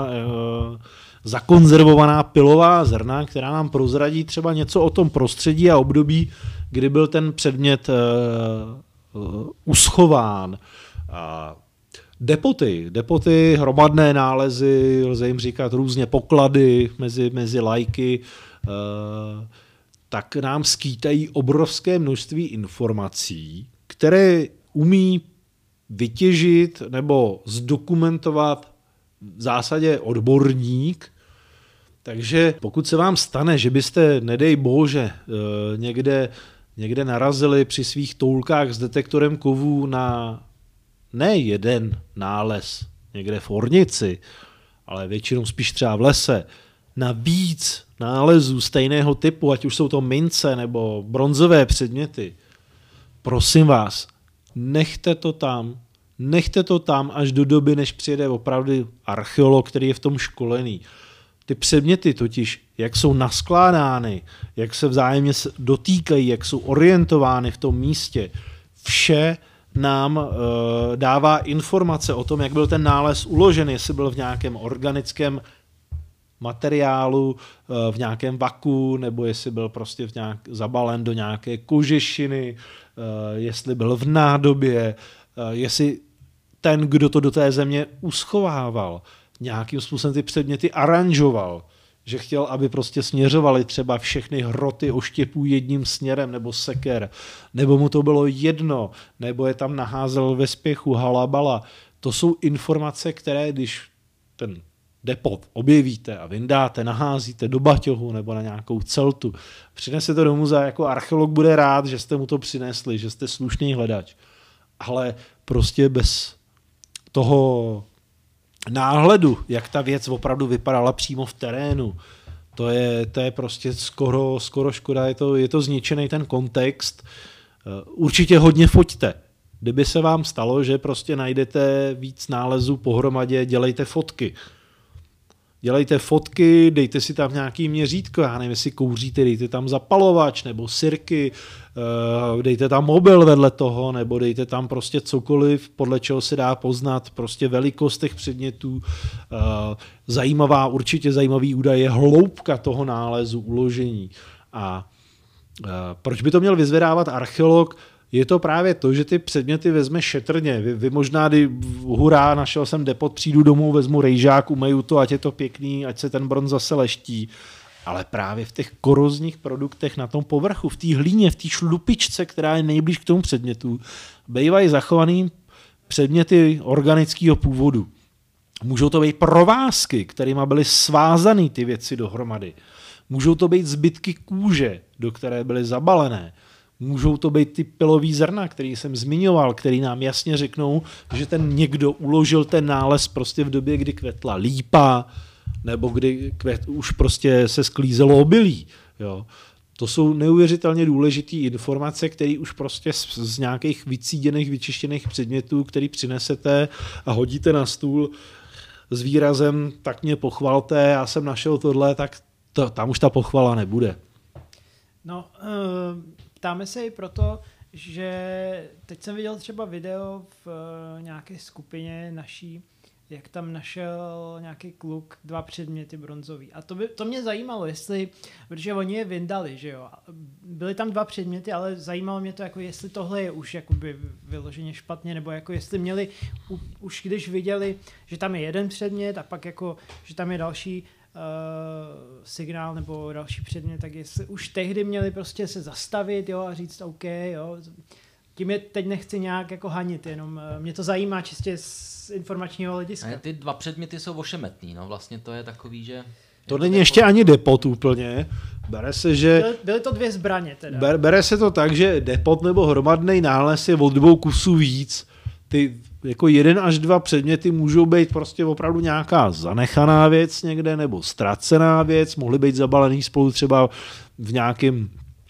zakonzervovaná pilová zrna, která nám prozradí třeba něco o tom prostředí a období, kdy byl ten předmět uschován. Depoty, hromadné nálezy, lze jim říkat různě poklady mezi lajky, tak nám skýtají obrovské množství informací, které umí vytěžit nebo zdokumentovat v zásadě odborník. Takže pokud se vám stane, že byste, nedej bože, někde narazili při svých toulkách s detektorem kovů na ne jeden nález někde v ornici, ale většinou spíš třeba v lese, na víc nálezů stejného typu, ať už jsou to mince nebo bronzové předměty, prosím vás, nechte to tam až do doby, než přijede opravdu archeolog, který je v tom školený. Ty předměty totiž, jak jsou naskládány, jak se vzájemně dotýkají, jak jsou orientovány v tom místě, vše nám dává informace o tom, jak byl ten nález uložen, jestli byl v nějakém organickém materiálu v nějakém vaku, nebo jestli byl prostě zabalen do nějaké kožešiny, jestli byl v nádobě, jestli ten, kdo to do té země uschovával, nějakým způsobem ty předměty aranžoval, že chtěl, aby prostě směřovaly třeba všechny hroty oštěpů jedním směrem, nebo seker, nebo mu to bylo jedno, nebo je tam naházel ve spěchu, halabala. To jsou informace, které když ten depot objevíte a vyndáte, naházíte do baťohu nebo na nějakou celtu, přinese to do muzea, jako archeolog bude rád, že jste mu to přinesli, že jste slušný hledač. Ale prostě bez toho náhledu, jak ta věc opravdu vypadala přímo v terénu, to je prostě skoro škoda, je to zničený ten kontext. Určitě hodně foťte. Kdyby se vám stalo, že prostě najdete víc nálezů pohromadě, dělejte fotky. Dělejte fotky, dejte si tam nějaký měřítko, já nevím, jestli kouříte, dejte tam zapalovač nebo sirky, dejte tam mobil vedle toho, nebo dejte tam prostě cokoliv, podle čeho se dá poznat prostě velikost těch předmětů. Určitě zajímavý údaj je hloubka toho nálezu, uložení. A proč by to měl vyzvedávat archeolog? Je to právě to, že ty předměty vezme šetrně. Vy možná, hurá, našel jsem depot, přijdu domů, vezmu rejžák, umeju to, ať je to pěkný, ať se ten bronz zase leští. Ale právě v těch korozních produktech na tom povrchu, v té hlíně, v té šlupičce, která je nejblíž k tomu předmětu, bývají zachovaný předměty organického původu. Můžou to být provázky, kterými byly svázané ty věci dohromady. Můžou to být zbytky kůže, do které byly zabalené. Můžou to být ty pilový zrna, který jsem zmiňoval, který nám jasně řeknou, že ten někdo uložil ten nález prostě v době, kdy kvetla lípa, nebo kdy už prostě se sklízelo obilí. Jo. To jsou neuvěřitelně důležité informace, které už prostě z nějakých vycíděných, vyčištěných předmětů, který přinesete a hodíte na stůl s výrazem, tak mě pochvalte, já jsem našel tohle, tak tam už ta pochvala nebude. No, ptáme se i proto, že teď jsem viděl třeba video v nějaké skupině naší, jak tam našel nějaký kluk 2 předměty bronzový. A to mě zajímalo, protože oni je vyndali, že jo. Byly tam 2 předměty, ale zajímalo mě to, jako jestli tohle je už jakoby vyloženě špatně, nebo jako jestli měli, už když viděli, že tam je jeden předmět a pak jako, že tam je další signál nebo další předmět, tak jestli už tehdy měli prostě se zastavit, jo, a říct OK, jo. Tím je teď nechci nějak jako hanit, jenom mě to zajímá čistě z informačního hlediska. Ty 2 předměty jsou ošemetný, no vlastně to je takový, že... To není ještě ani depot úplně. Bere se, že... Byly to 2 zbraně teda. Bere se to tak, že depot nebo hromadný nález je od 2 kusů víc. Ty jako 1 až 2 předměty můžou být prostě opravdu nějaká zanechaná věc někde nebo ztracená věc, mohly být zabalený spolu třeba v nějakém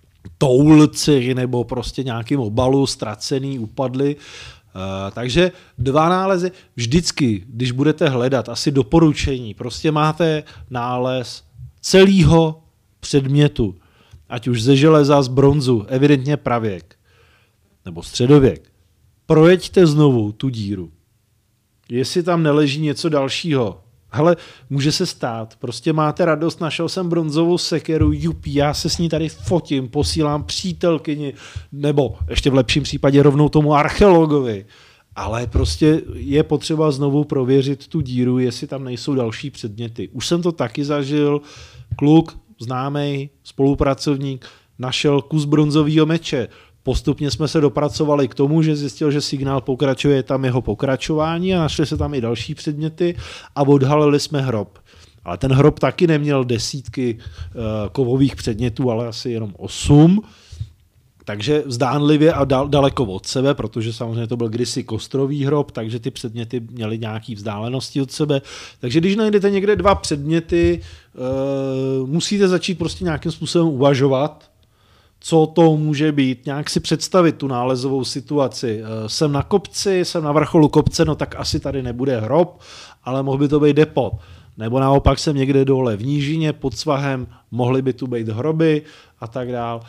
toulci nebo prostě nějakým obalu, ztracený, upadly. Takže 2 nálezy vždycky, když budete hledat, asi doporučení, prostě máte nález celého předmětu, ať už ze železa, z bronzu, evidentně pravěk nebo středověk. Projeďte znovu tu díru. Jestli tam neleží něco dalšího, hele, může se stát, prostě máte radost, našel jsem bronzovou sekeru, jupi, já se s ní tady fotím, posílám přítelkyni, nebo ještě v lepším případě rovnou tomu archeologovi, ale prostě je potřeba znovu prověřit tu díru, jestli tam nejsou další předměty. Už jsem to taky zažil, kluk, známej, spolupracovník, našel kus bronzového meče. Postupně jsme se dopracovali k tomu, že zjistil, že signál pokračuje tam jeho pokračování a našli se tam i další předměty a odhalili jsme hrob. Ale ten hrob taky neměl desítky kovových předmětů, ale asi jenom 8. Takže zdánlivě a daleko od sebe, protože samozřejmě to byl kdysi kostrový hrob, takže ty předměty měly nějaké vzdálenosti od sebe. Takže když najdete někde 2 předměty, musíte začít prostě nějakým způsobem uvažovat, co to může být, nějak si představit tu nálezovou situaci. Jsem na kopci, jsem na vrcholu kopce, no tak asi tady nebude hrob, ale mohl by to být depot. Nebo naopak jsem někde dole v nížině pod svahem, mohly by tu být hroby a tak dál.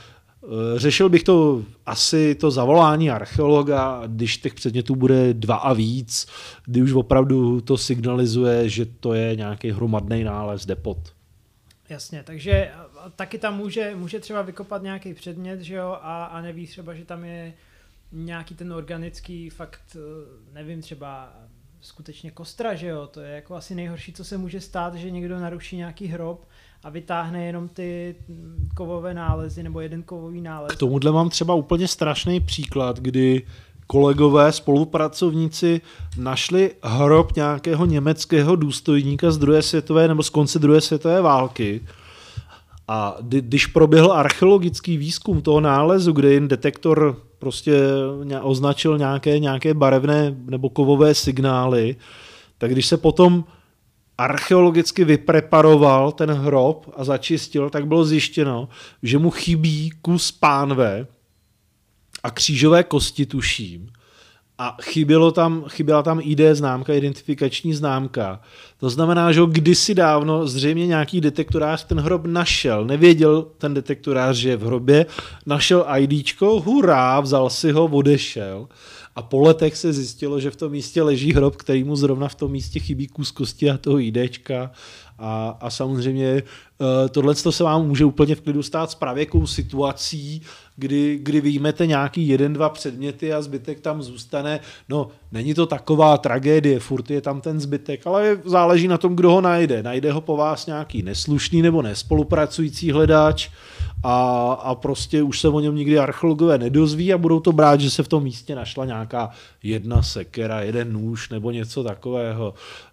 řešil bych to asi to zavolání archeologa, když těch předmětů bude 2 a víc, kdy už opravdu to signalizuje, že to je nějaký hromadný nález, depot. Jasně, takže taky tam může třeba vykopat nějaký předmět, že jo, a neví třeba, že tam je nějaký ten organický fakt, nevím, třeba skutečně kostra, že jo, to je jako asi nejhorší, co se může stát, že někdo naruší nějaký hrob a vytáhne jenom ty kovové nálezy nebo jeden kovový nález. K tomuhle mám třeba úplně strašný příklad, kdy kolegové, spolupracovníci našli hrob nějakého německého důstojníka z druhé světové nebo z konce druhé světové války. A když proběhl archeologický výzkum toho nálezu, kde jen detektor prostě označil nějaké barevné nebo kovové signály, tak když se potom archeologicky vypreparoval ten hrob a začistil, tak bylo zjištěno, že mu chybí kus pánve a křížové kosti, tuším. A chyběla tam ID známka, identifikační známka. To znamená, že kdysi dávno zřejmě nějaký detektorář ten hrob našel. Nevěděl ten detektorář, že je v hrobě, našel IDčko, hurá, vzal si ho, odešel. A po letech se zjistilo, že v tom místě leží hrob, který mu zrovna v tom místě chybí kus kosti a toho IDčka. A samozřejmě tohle se vám může úplně v klidu stát s pravěkou situací, kdy vyjmete nějaký 1-2 předměty a zbytek tam zůstane. No, není to taková tragédie, furt je tam ten zbytek, ale záleží na tom, kdo ho najde. Najde ho po vás nějaký neslušný nebo nespolupracující hledáč a prostě už se o něm nikdy archeologové nedozví a budou to brát, že se v tom místě našla nějaká 1 sekera, 1 nůž nebo něco takového.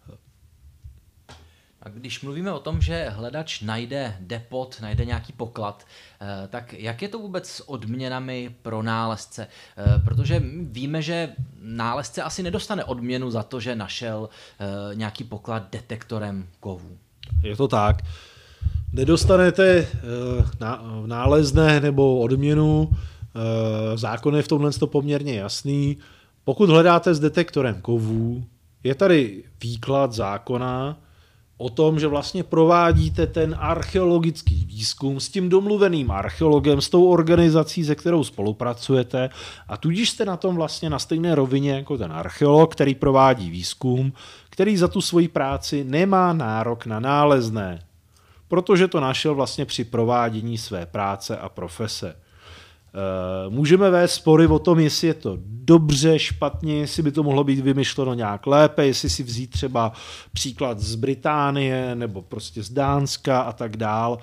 A když mluvíme o tom, že hledač najde depot, najde nějaký poklad, tak jak je to vůbec s odměnami pro nálezce? Protože víme, že nálezce asi nedostane odměnu za to, že našel nějaký poklad detektorem kovů. Je to tak. Nedostanete nálezné nebo odměnu, zákon je v tomhle poměrně jasný. Pokud hledáte s detektorem kovů, je tady výklad zákona o tom, že vlastně provádíte ten archeologický výzkum s tím domluveným archeologem, s tou organizací, se kterou spolupracujete a tudíž jste na tom vlastně na stejné rovině jako ten archeolog, který provádí výzkum, který za tu svoji práci nemá nárok na nálezné, protože to našel vlastně při provádění své práce a profese. Můžeme vést spory o tom, jestli je to dobře, špatně, jestli by to mohlo být vymyšleno nějak lépe, jestli si vzít třeba příklad z Británie nebo prostě z Dánska a tak dál.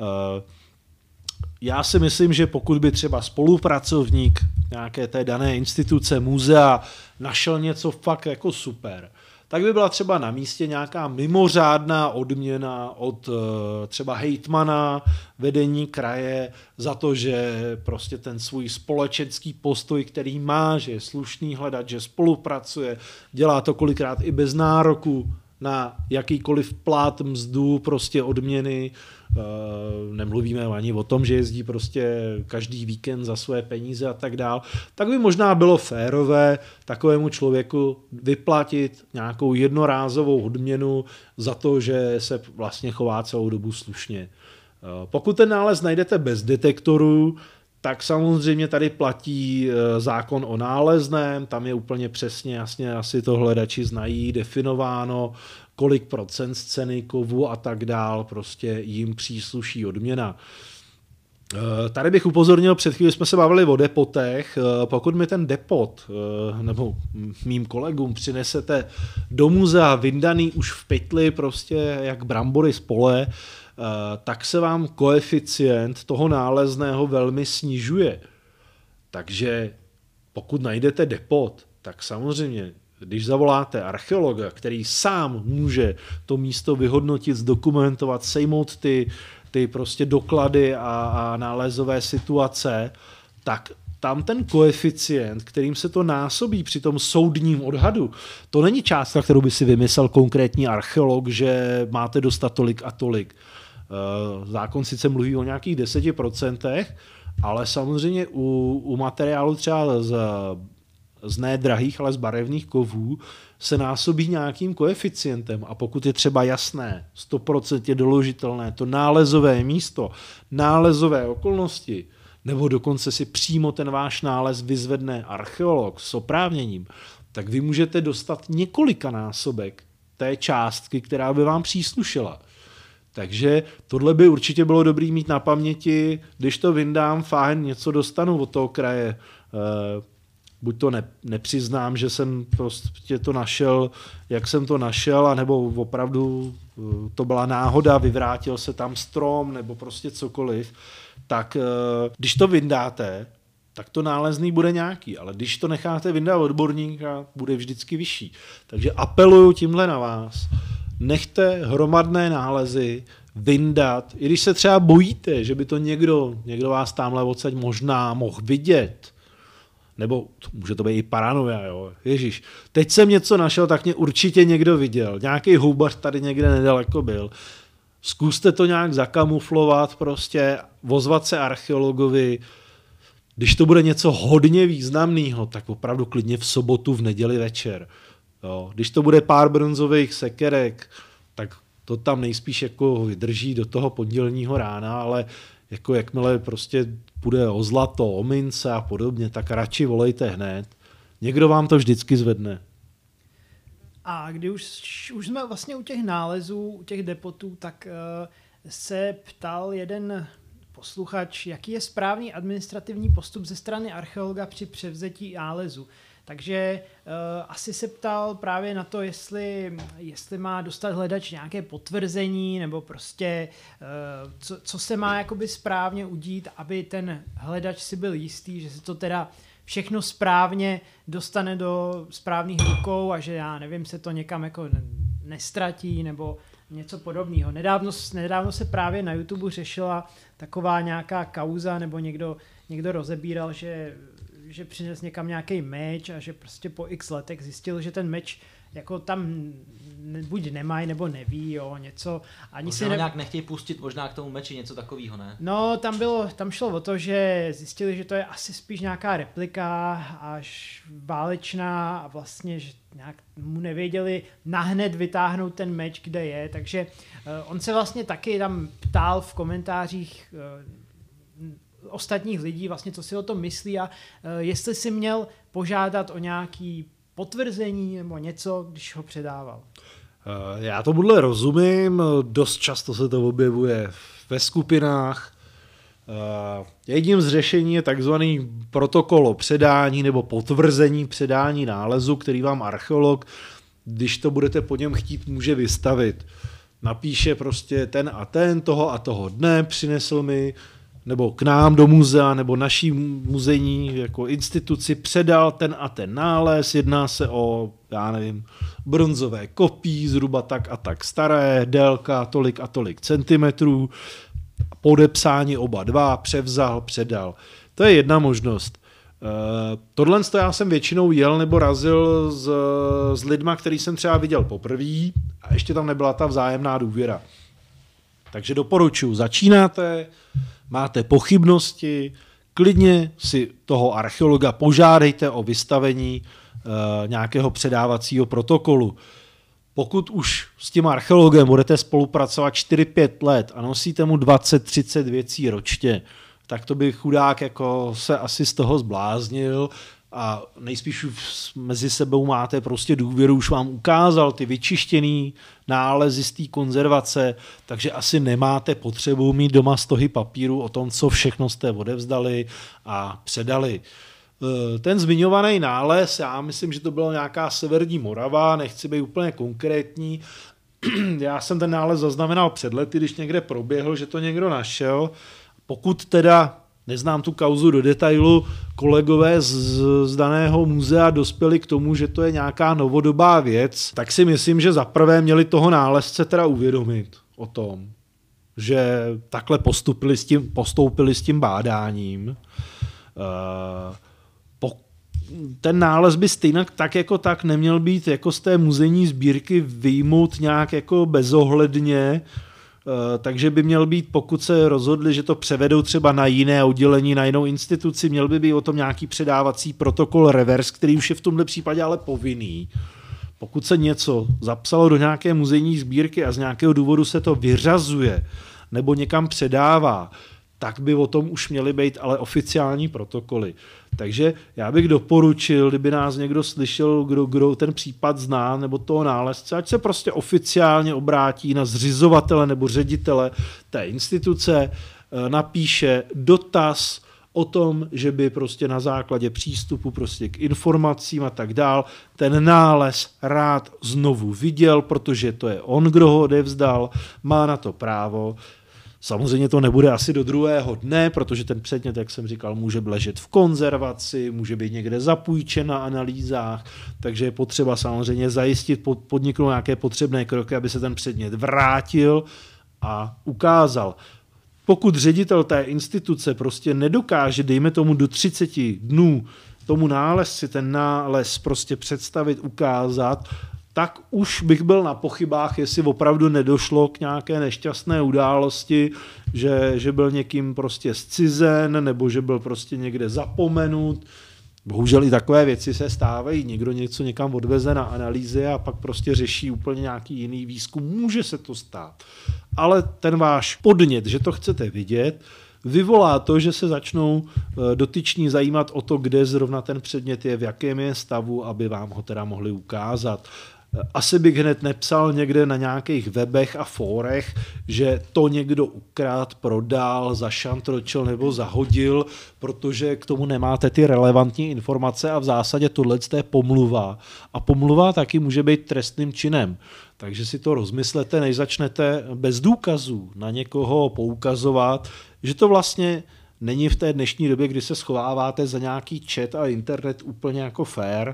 Já si myslím, že pokud by třeba spolupracovník nějaké té dané instituce, muzea našel něco fakt jako super, tak by byla třeba na místě nějaká mimořádná odměna od třeba hejtmana, vedení kraje za to, že prostě ten svůj společenský postoj, který má, že je slušný hledat, že spolupracuje, dělá to kolikrát i bez nároku na jakýkoliv plat, mzdu, prostě odměny. Nemluvíme ani o tom, že jezdí prostě každý víkend za své peníze a tak dál, tak by možná bylo férové takovému člověku vyplatit nějakou jednorázovou odměnu za to, že se vlastně chová celou dobu slušně. Pokud ten nález najdete bez detektoru, tak samozřejmě tady platí zákon o nálezném, tam je úplně přesně, jasně, asi to hledači znají, definováno, kolik procent z ceny kovu a tak dál, prostě jim přísluší odměna. Tady bych upozornil, před chvíli jsme se bavili o depotech, pokud mi ten depot nebo mým kolegům přinesete do muzea vyndaný už v pytli, prostě jak brambory z pole, tak se vám koeficient toho nálezného velmi snižuje. Takže pokud najdete depot, tak samozřejmě, když zavoláte archeologa, který sám může to místo vyhodnotit, zdokumentovat, sejmout ty prostě doklady a nálezové situace, tak tam ten koeficient, kterým se to násobí při tom soudním odhadu, to není částka, kterou by si vymyslel konkrétní archeolog, že máte dostat tolik a tolik. Zákon sice mluví o nějakých 10%, ale samozřejmě u materiálu třeba z nedrahých, ale z barevných kovů se násobí nějakým koeficientem a pokud je třeba jasné, 100% doložitelné, to nálezové místo, nálezové okolnosti, nebo dokonce si přímo ten váš nález vyzvedne archeolog s oprávněním, tak vy můžete dostat několikanásobek té částky, která by vám příslušela. Takže tohle by určitě bylo dobrý mít na paměti, když to vyndám, fajn, něco dostanu od toho kraje. Buď to nepřiznám, že jsem prostě to našel, jak jsem to našel, anebo opravdu to byla náhoda, vyvrátil se tam strom, nebo prostě cokoliv. Tak když to vyndáte, tak to nálezný bude nějaký, ale když to necháte vyndat odborníka, bude vždycky vyšší. Takže apeluju tímhle na vás. Nechte hromadné nálezy vyndat, i když se třeba bojíte, že by to někdo vás tamhle odsaď možná mohl vidět, nebo může to být i paranoia, jo. Ježíš, teď jsem něco našel, tak mě určitě někdo viděl. Nějaký houbař tady někde nedaleko byl. Zkuste to nějak zakamuflovat, prostě ozvat se archeologovi. Když to bude něco hodně významného, tak opravdu klidně v sobotu, v neděli večer. Jo. Když to bude pár bronzových sekerek, tak to tam nejspíš jako vydrží do toho pondělního rána, ale jako jakmile prostě půjde o zlato, o mince a podobně, tak radši volejte hned. Někdo vám to vždycky zvedne. A když už jsme vlastně u těch nálezů, u těch depotů, tak se ptal jeden posluchač, jaký je správný administrativní postup ze strany archeologa při převzetí nálezu. Takže asi se ptal právě na to, jestli má dostat hledač nějaké potvrzení, nebo prostě co se má jakoby správně udít, aby ten hledač si byl jistý, že se to teda všechno správně dostane do správných rukou a že já nevím, se to někam jako nestratí nebo něco podobného. Nedávno se právě na YouTube řešila taková nějaká kauza, nebo někdo rozebíral, že přines někam nějaký meč a že prostě po x letech zjistil, že ten meč jako tam buď nemají, nebo neví, jo, něco. Ani možná si nějak nechtějí pustit možná k tomu meči, něco takového, ne? No, tam šlo o to, že zjistili, že to je asi spíš nějaká replika až válečná a vlastně, že nějak mu nevěděli nahned vytáhnout ten meč, kde je, takže on se vlastně taky tam ptal v komentářích ostatních lidí, vlastně co si o tom myslí a jestli si měl požádat o nějaký potvrzení nebo něco, když ho předával. Já tomuhle rozumím, dost často se to objevuje ve skupinách. Jedním z řešení je takzvaný protokol o předání nebo potvrzení předání nálezu, který vám archeolog, když to budete po něm chtít, může vystavit. Napíše prostě ten a ten, toho a toho dne přinesl mi nebo k nám do muzea, nebo naší muzejní jako instituci předal ten a ten nález, jedná se o, já nevím, bronzové kopí, zhruba tak a tak staré, délka tolik a tolik centimetrů, podepsání oba dva, převzal, předal. To je jedna možnost. Tohle já jsem většinou jel nebo razil s lidma, který jsem třeba viděl poprvé a ještě tam nebyla ta vzájemná důvěra. Takže doporučuji, začínáte, máte pochybnosti, klidně si toho archeologa požádejte o vystavení nějakého předávacího protokolu. Pokud už s tím archeologem budete spolupracovat 4-5 let a nosíte mu 20-30 věcí ročně, tak to by chudák jako se asi z toho zbláznil a nejspíš mezi sebou máte prostě důvěru, už vám ukázal ty vyčištěný nálezy z té konzervace, takže asi nemáte potřebu mít doma stohy papíru o tom, co všechno jste odevzdali a předali. Ten zmiňovaný nález, já myslím, že to byla nějaká severní Morava, nechci být úplně konkrétní, já jsem ten nález zaznamenal před lety, když někde proběhl, že to někdo našel. Pokud teda neznám tu kauzu do detailu, kolegové z daného muzea dospěli k tomu, že to je nějaká novodobá věc, tak si myslím, že zaprvé měli toho nálezce teda uvědomit o tom, že takhle postoupili s tím bádáním. Ten nález by stejně tak jako tak neměl být jako z té muzejní sbírky vyjmut nějak jako bezohledně, takže by měl být, pokud se rozhodli, že to převedou třeba na jiné oddělení, na jinou instituci, měl by být o tom nějaký předávací protokol reverse, který už je v tomhle případě ale povinný. Pokud se něco zapsalo do nějaké muzejní sbírky a z nějakého důvodu se to vyřazuje nebo někam předává, tak by o tom už měly být ale oficiální protokoly. Takže já bych doporučil, kdyby nás někdo slyšel, kdo ten případ zná, nebo toho nálezce, ať se prostě oficiálně obrátí na zřizovatele nebo ředitele té instituce, napíše dotaz o tom, že by prostě na základě přístupu prostě k informacím a tak dál ten nález rád znovu viděl, protože to je on, kdo ho odevzdal, má na to právo. Samozřejmě to nebude asi do druhého dne, protože ten předmět, jak jsem říkal, může ležet v konzervaci, může být někde zapůjčen na analýzách, takže je potřeba samozřejmě zajistit, podniknout nějaké potřebné kroky, aby se ten předmět vrátil a ukázal. Pokud ředitel té instituce prostě nedokáže, dejme tomu do 30 dnů, tomu nálezci ten nález prostě představit, ukázat, tak už bych byl na pochybách, jestli opravdu nedošlo k nějaké nešťastné události, že byl někým prostě zcizen, nebo že byl prostě někde zapomenut. Bohužel i takové věci se stávají. Někdo něco někam odveze na analýzy a pak prostě řeší úplně nějaký jiný výzkum. Může se to stát. Ale ten váš podnět, že to chcete vidět, vyvolá to, že se začnou dotyční zajímat o to, kde zrovna ten předmět je, v jakém je stavu, aby vám ho teda mohli ukázat. Asi bych hned nepsal někde na nějakých webech a fórech, že to někdo ukradl, prodal, zašantročil nebo zahodil, protože k tomu nemáte ty relevantní informace a v zásadě tohle je pomluva. A pomluva taky může být trestným činem. Takže si to rozmyslete, než začnete bez důkazů na někoho poukazovat, že to vlastně není v té dnešní době, kdy se schováváte za nějaký chat a internet úplně jako fair.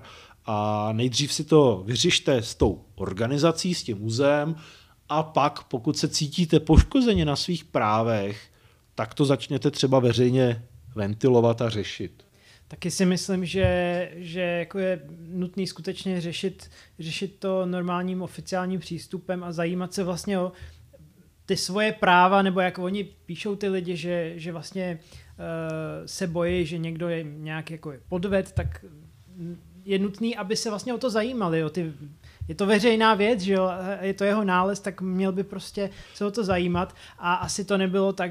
A nejdřív si to vyřište s tou organizací, s tím muzeem a pak, pokud se cítíte poškozeně na svých právech, tak to začněte třeba veřejně ventilovat a řešit. Taky si myslím, že jako je nutný skutečně řešit to normálním oficiálním přístupem a zajímat se vlastně o ty svoje práva, nebo jak oni píšou ty lidi, že vlastně se bojí, že někdo je nějak jako podved, tak je nutný, aby se vlastně o to zajímali. Je to veřejná věc, že jo? Je to jeho nález, tak měl by prostě se o to zajímat. A asi to nebylo tak,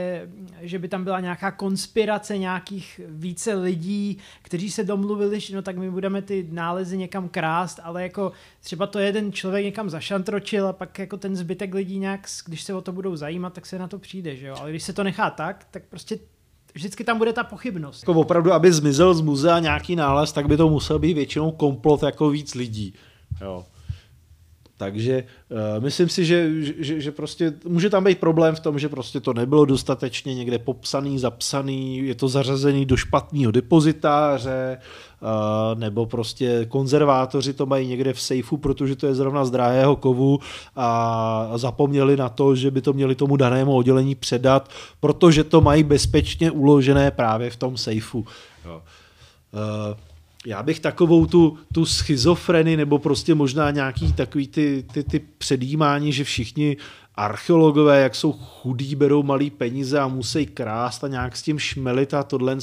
že by tam byla nějaká konspirace nějakých více lidí, kteří se domluvili, že no tak my budeme ty nálezy někam krást, ale jako třeba to jeden člověk někam zašantročil a pak jako ten zbytek lidí nějak, když se o to budou zajímat, tak se na to přijde, že jo? Ale když se to nechá tak prostě vždycky tam bude ta pochybnost. Jako opravdu, aby zmizel z muzea nějaký nález, tak by to musel být většinou komplot jako víc lidí. Jo. Takže myslím si, že prostě může tam být problém v tom, že prostě to nebylo dostatečně někde popsaný, zapsaný, je to zařazený do špatného depozitáře, nebo prostě konzervátoři to mají někde v sejfu, protože to je zrovna z drahého kovu a zapomněli na to, že by to měli tomu danému oddělení předat, protože to mají bezpečně uložené právě v tom sejfu. Jo. Já bych takovou tu schizofrenii nebo prostě možná nějaký takový ty předjímání, že všichni archeologové, jak jsou chudí, berou malý peníze a musí krást a nějak s tím šmelit a tohle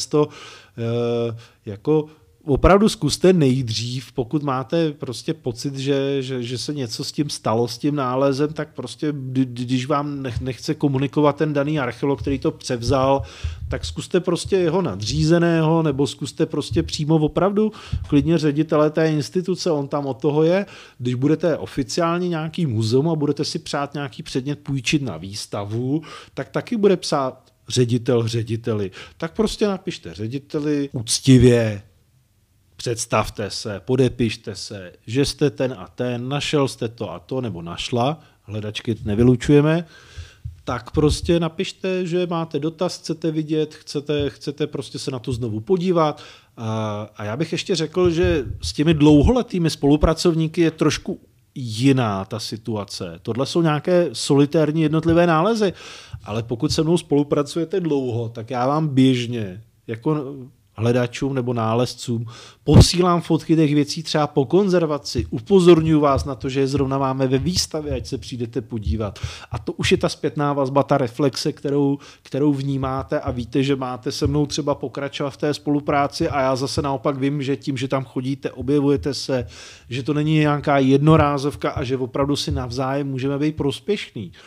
jako opravdu zkuste nejdřív, pokud máte prostě pocit, že se něco s tím stalo, s tím nálezem, tak prostě, když vám nechce komunikovat ten daný archeolog, který to převzal, tak zkuste prostě jeho nadřízeného, nebo zkuste prostě přímo opravdu klidně ředitele té instituce, on tam od toho je. Když budete oficiálně nějaký muzeum a budete si přát nějaký předmět půjčit na výstavu, tak taky bude psát řediteli. Tak prostě napište řediteli úctivě, představte se, podepište se, že jste ten a ten, našel jste to a to, nebo našla, hledačky nevylučujeme, tak prostě napište, že máte dotaz, chcete vidět, chcete prostě se na to znovu podívat. A já bych ještě řekl, že s těmi dlouholetými spolupracovníky je trošku jiná ta situace. Tohle jsou nějaké solitérní jednotlivé nálezy, ale pokud se mnou spolupracujete dlouho, tak já vám běžně jako hledačům nebo nálezcům posílám fotky těch věcí třeba po konzervaci, upozorňuji vás na to, že je zrovna máme ve výstavě, ať se přijdete podívat. A to už je ta zpětná vazba, ta reflexe, kterou vnímáte a víte, že máte se mnou třeba pokračovat v té spolupráci a já zase naopak vím, že tím, že tam chodíte, objevujete se, že to není nějaká jednorázovka a že opravdu si navzájem můžeme být prospěšní.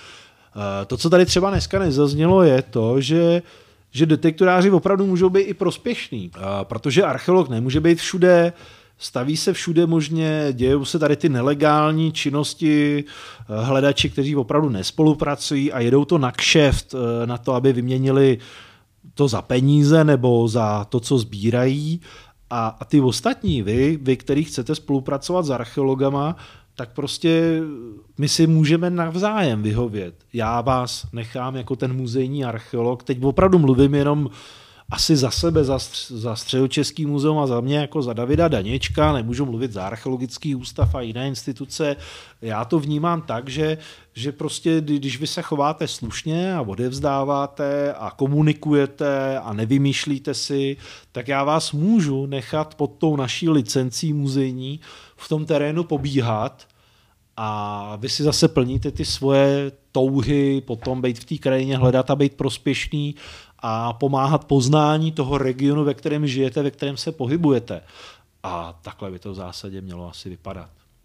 To, co tady třeba dneska nezaznělo, je to, že detektoráři opravdu můžou být i prospěšný, protože archeolog nemůže být všude, staví se všude možně, dějou se tady ty nelegální činnosti, hledači, kteří opravdu nespolupracují a jedou to na kšeft, na to, aby vyměnili to za peníze nebo za to, co sbírají. A ty ostatní, vy, který chcete spolupracovat s archeologama, tak prostě my si můžeme navzájem vyhovět. Já vás nechám jako ten muzejní archeolog, teď opravdu mluvím jenom asi za sebe, za Středočeský muzeum a za mě jako za Davida Daněčka, nemůžu mluvit za Archeologický ústav a jiné instituce. Já to vnímám tak, že prostě když vy se chováte slušně a odevzdáváte a komunikujete a nevymýšlíte si, tak já vás můžu nechat pod tou naší licencí muzejní v tom terénu pobíhat a vy si zase plníte ty svoje touhy, potom být v té krajině, hledat a být prospěšný a pomáhat poznání toho regionu, ve kterém žijete, ve kterém se pohybujete. A takhle by to v zásadě mělo asi vypadat.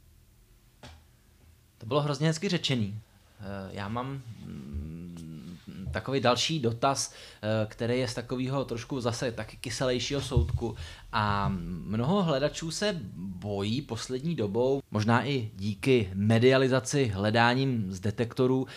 To bylo hrozně hezky řečený. Já mám takový další dotaz, který je z takového trošku zase taky kyselejšího soudku. A mnoho hledačů se bojí poslední dobou, možná i díky medializaci hledáním z detektorů,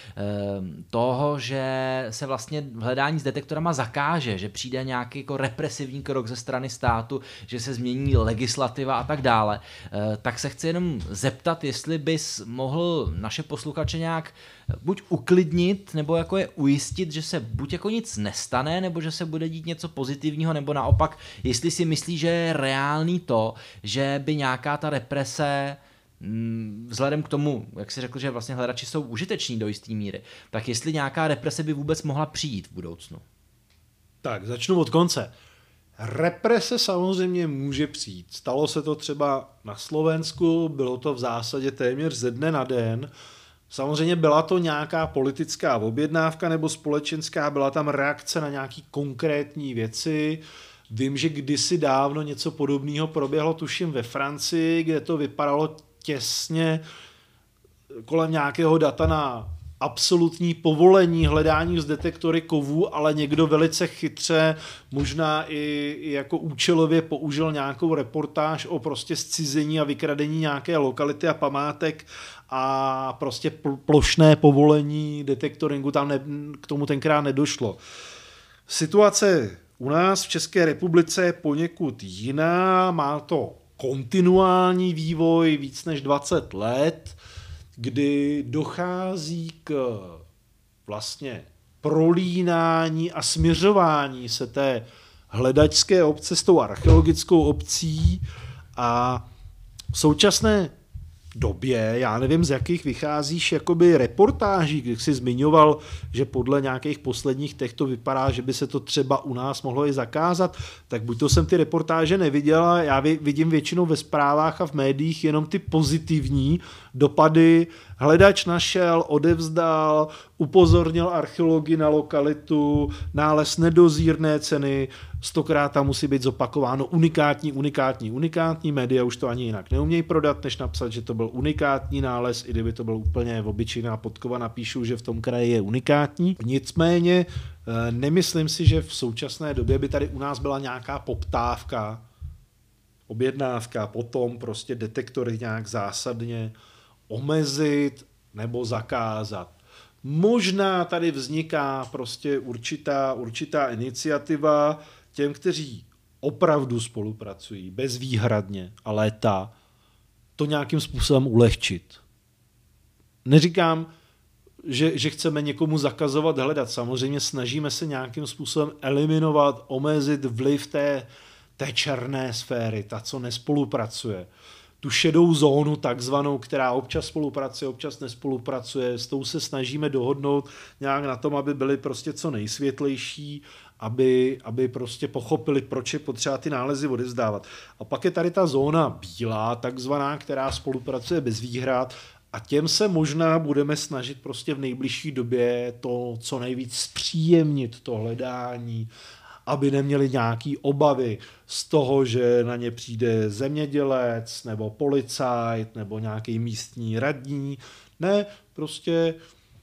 toho, že se vlastně hledání s detektorama zakáže, že přijde nějaký jako represivní krok ze strany státu, že se změní legislativa a tak dále. Tak se chci jenom zeptat, jestli bys mohl naše posluchače nějak buď uklidnit, nebo jako je ujistit, že se buď jako nic nestane, nebo že se bude dít něco pozitivního, nebo naopak, jestli si myslí, že je reálný to, že by nějaká ta represe, vzhledem k tomu, jak jsi řekl, že vlastně hledači jsou užiteční do jisté míry, tak jestli nějaká represe by vůbec mohla přijít v budoucnu. Tak, začnu od konce. Represe samozřejmě může přijít. Stalo se to třeba na Slovensku, bylo to v zásadě téměř ze dne na den. Samozřejmě byla to nějaká politická objednávka nebo společenská, byla tam reakce na nějaké konkrétní věci. Vím, že kdysi dávno něco podobného proběhlo, tuším ve Francii, kde to vypadalo těsně kolem nějakého data na absolutní povolení hledání z detektory kovů, ale někdo velice chytře, možná i jako účelově použil nějakou reportáž o prostě zcizení a vykradení nějaké lokality a památek a prostě plošné povolení detektoringu tam k tomu tenkrát nedošlo. Situace u nás v České republice je poněkud jiná, má to kontinuální vývoj víc než 20 let, kdy dochází k vlastně prolínání a směřování se té hledačské obce s tou archeologickou obcí a v současné době, já nevím, z jakých vycházíš jakoby reportáží, když jsi zmiňoval, že podle nějakých posledních těch to vypadá, že by se to třeba u nás mohlo i zakázat, tak buď to jsem ty reportáže neviděla, já vidím většinou ve zprávách a v médiích jenom ty pozitivní dopady. Hledač našel, odevzdal, upozornil archeology na lokalitu, nález nedozírné ceny, 100krát tam musí být zopakováno unikátní, média už to ani jinak neumějí prodat, než napsat, že to byl unikátní nález, i kdyby to byl úplně obyčejná podkova, napíšu, že v tom kraji je unikátní. Nicméně nemyslím si, že v současné době by tady u nás byla nějaká poptávka, objednávka, potom prostě detektory nějak zásadně omezit nebo zakázat. Možná tady vzniká prostě určitá iniciativa těm, kteří opravdu spolupracují bezvýhradně a léta, to nějakým způsobem ulehčit. Neříkám, že chceme někomu zakazovat hledat. Samozřejmě snažíme se nějakým způsobem eliminovat, omezit vliv té černé sféry, ta, co nespolupracuje. Tu šedou zónu takzvanou, která občas spolupracuje, občas nespolupracuje, s tou se snažíme dohodnout nějak na tom, aby byly prostě co nejsvětlejší, aby prostě pochopili, proč je potřeba ty nálezy odevzdávat. A pak je tady ta zóna bílá, takzvaná, která spolupracuje bez výhrad a těm se možná budeme snažit prostě v nejbližší době to co nejvíc zpříjemnit, to hledání, aby neměli nějaký obavy z toho, že na ně přijde zemědělec nebo policajt nebo nějaký místní radní. Ne, prostě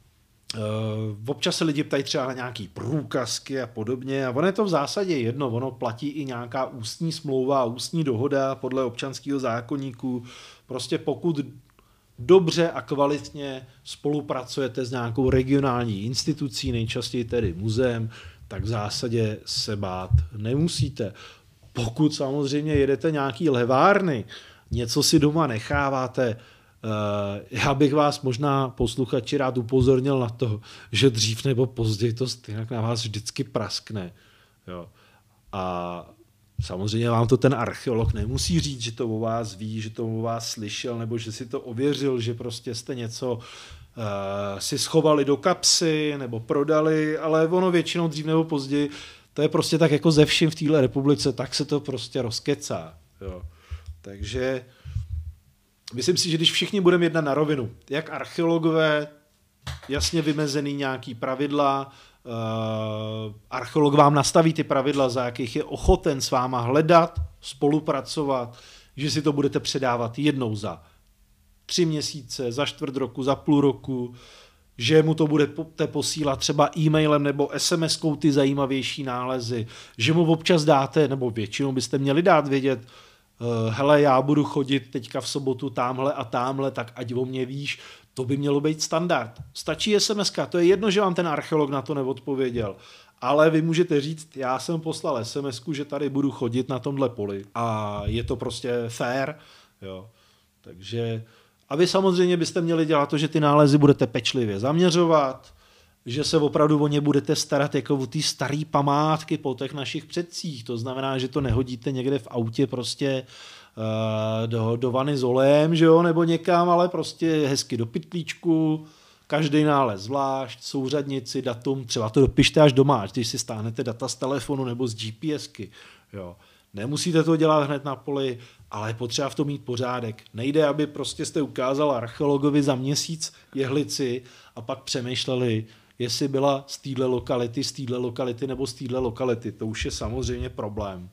Občas se lidi ptají třeba na nějaký průkazky a podobně a ono je to v zásadě jedno, ono platí i nějaká ústní smlouva, ústní dohoda podle občanského zákoníku. Prostě pokud dobře a kvalitně spolupracujete s nějakou regionální institucí, nejčastěji tedy muzeem, tak v zásadě se bát nemusíte. Pokud samozřejmě jedete nějaký levárny, něco si doma necháváte, já bych vás možná, posluchači, rád upozornil na to, že dřív nebo později to stejně na vás vždycky praskne. Jo. A samozřejmě vám to ten archeolog nemusí říct, že to o vás ví, že to o vás slyšel, nebo že si to ověřil, že prostě jste něco si schovali do kapsy nebo prodali, ale ono většinou dřív nebo později, to je prostě tak jako ze vším v téhle republice, tak se to prostě rozkecá. Jo. Takže myslím si, že když všichni budeme jednat na rovinu, jak archeologové, jasně vymezený nějaký pravidla, archeolog vám nastaví ty pravidla, za jakých je ochoten s váma hledat, spolupracovat, že si to budete předávat jednou za 3 měsíce, za 1/4 roku, za půl roku, že mu to budete posílat třeba e-mailem nebo SMS-kou ty zajímavější nálezy, že mu občas dáte, nebo většinou byste měli dát vědět, hele, já budu chodit teďka v sobotu támhle a támhle, tak ať o mě víš, to by mělo být standard. Stačí SMS-ka, to je jedno, že vám ten archeolog na to neodpověděl, ale vy můžete říct, já jsem poslal SMS-ku, že tady budu chodit na tomhle poli a je to prostě fair, jo. Takže a vy samozřejmě byste měli dělat to, že ty nálezy budete pečlivě zaměřovat, že se opravdu o ně budete starat jako o ty staré památky po těch našich předcích. To znamená, že to nehodíte někde v autě prostě do vany s olejem, že jo, nebo někam, ale prostě hezky do pytlíčku, každý nález zvlášť, souřadnici, datum, třeba to dopište až doma, když si stáhnete data z telefonu nebo z GPSky, jo. Nemusíte to dělat hned na poli, ale je potřeba v tom mít pořádek. Nejde, aby prostě jste ukázal archeologovi za měsíc jehlici a pak přemýšleli, jestli byla z téhle lokality nebo z téhle lokality. To už je samozřejmě problém.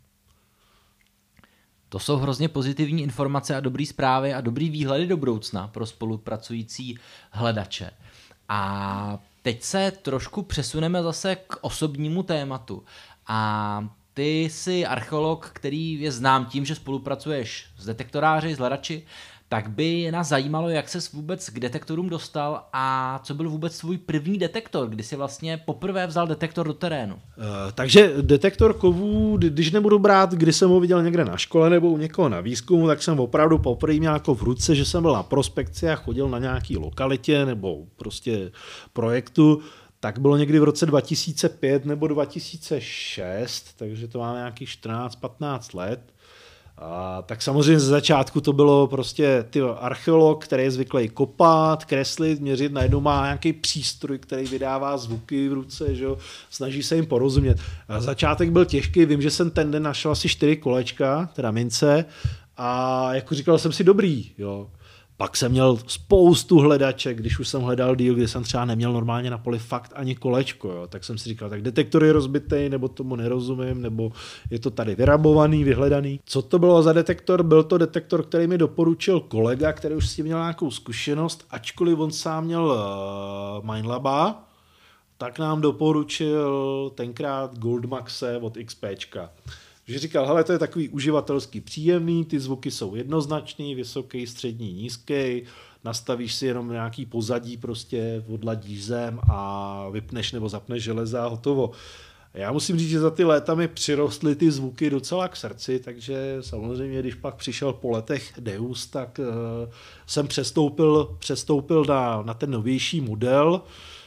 To jsou hrozně pozitivní informace a dobrý zprávy a dobrý výhledy do budoucna pro spolupracující hledače. A teď se trošku přesuneme zase k osobnímu tématu. A ty jsi archeolog, který je znám tím, že spolupracuješ s detektoráři, s hledači, tak by nás zajímalo, jak ses vůbec k detektorům dostal a co byl vůbec svůj první detektor, kdy jsi vlastně poprvé vzal detektor do terénu. Takže detektor kovů, když nebudu brát, kdy jsem ho viděl někde na škole nebo u někoho na výzkumu, tak jsem opravdu poprvé měl jako v ruce, že jsem byl na prospekci a chodil na nějaký lokalitě nebo prostě projektu. Tak bylo někdy v roce 2005 nebo 2006, takže to má nějakých 14-15 let. A tak samozřejmě ze začátku to bylo prostě archeolog, který je zvyklý kopat, kreslit, měřit, najednou má nějaký přístroj, který vydává zvuky v ruce, že jo? Snaží se jim porozumět. A začátek byl těžký, vím, že jsem ten den našel asi 4 kolečka, teda mince, a jako říkal jsem si dobrý, jo. Pak jsem měl spoustu hledaček, když už jsem hledal díl, kde jsem třeba neměl normálně na poli fakt ani kolečko, jo. Tak jsem si říkal, tak detektor je rozbitej, nebo tomu nerozumím, nebo je to tady vyrabovaný, vyhledaný. Co to bylo za detektor? Byl to detektor, který mi doporučil kolega, který už s tím měl nějakou zkušenost, ačkoliv on sám měl Minelaba, tak nám doporučil tenkrát Goldmaxe od XPčka. Že říkal, hele, to je takový uživatelsky příjemný, ty zvuky jsou jednoznačný, vysoký, střední, nízký, nastavíš si jenom nějaký pozadí, prostě odladíš zem a vypneš nebo zapneš železa a hotovo. Já musím říct, že za ty léta mi přirostly ty zvuky docela k srdci, takže samozřejmě, když pak přišel po letech Deus, tak jsem přestoupil na ten novější model.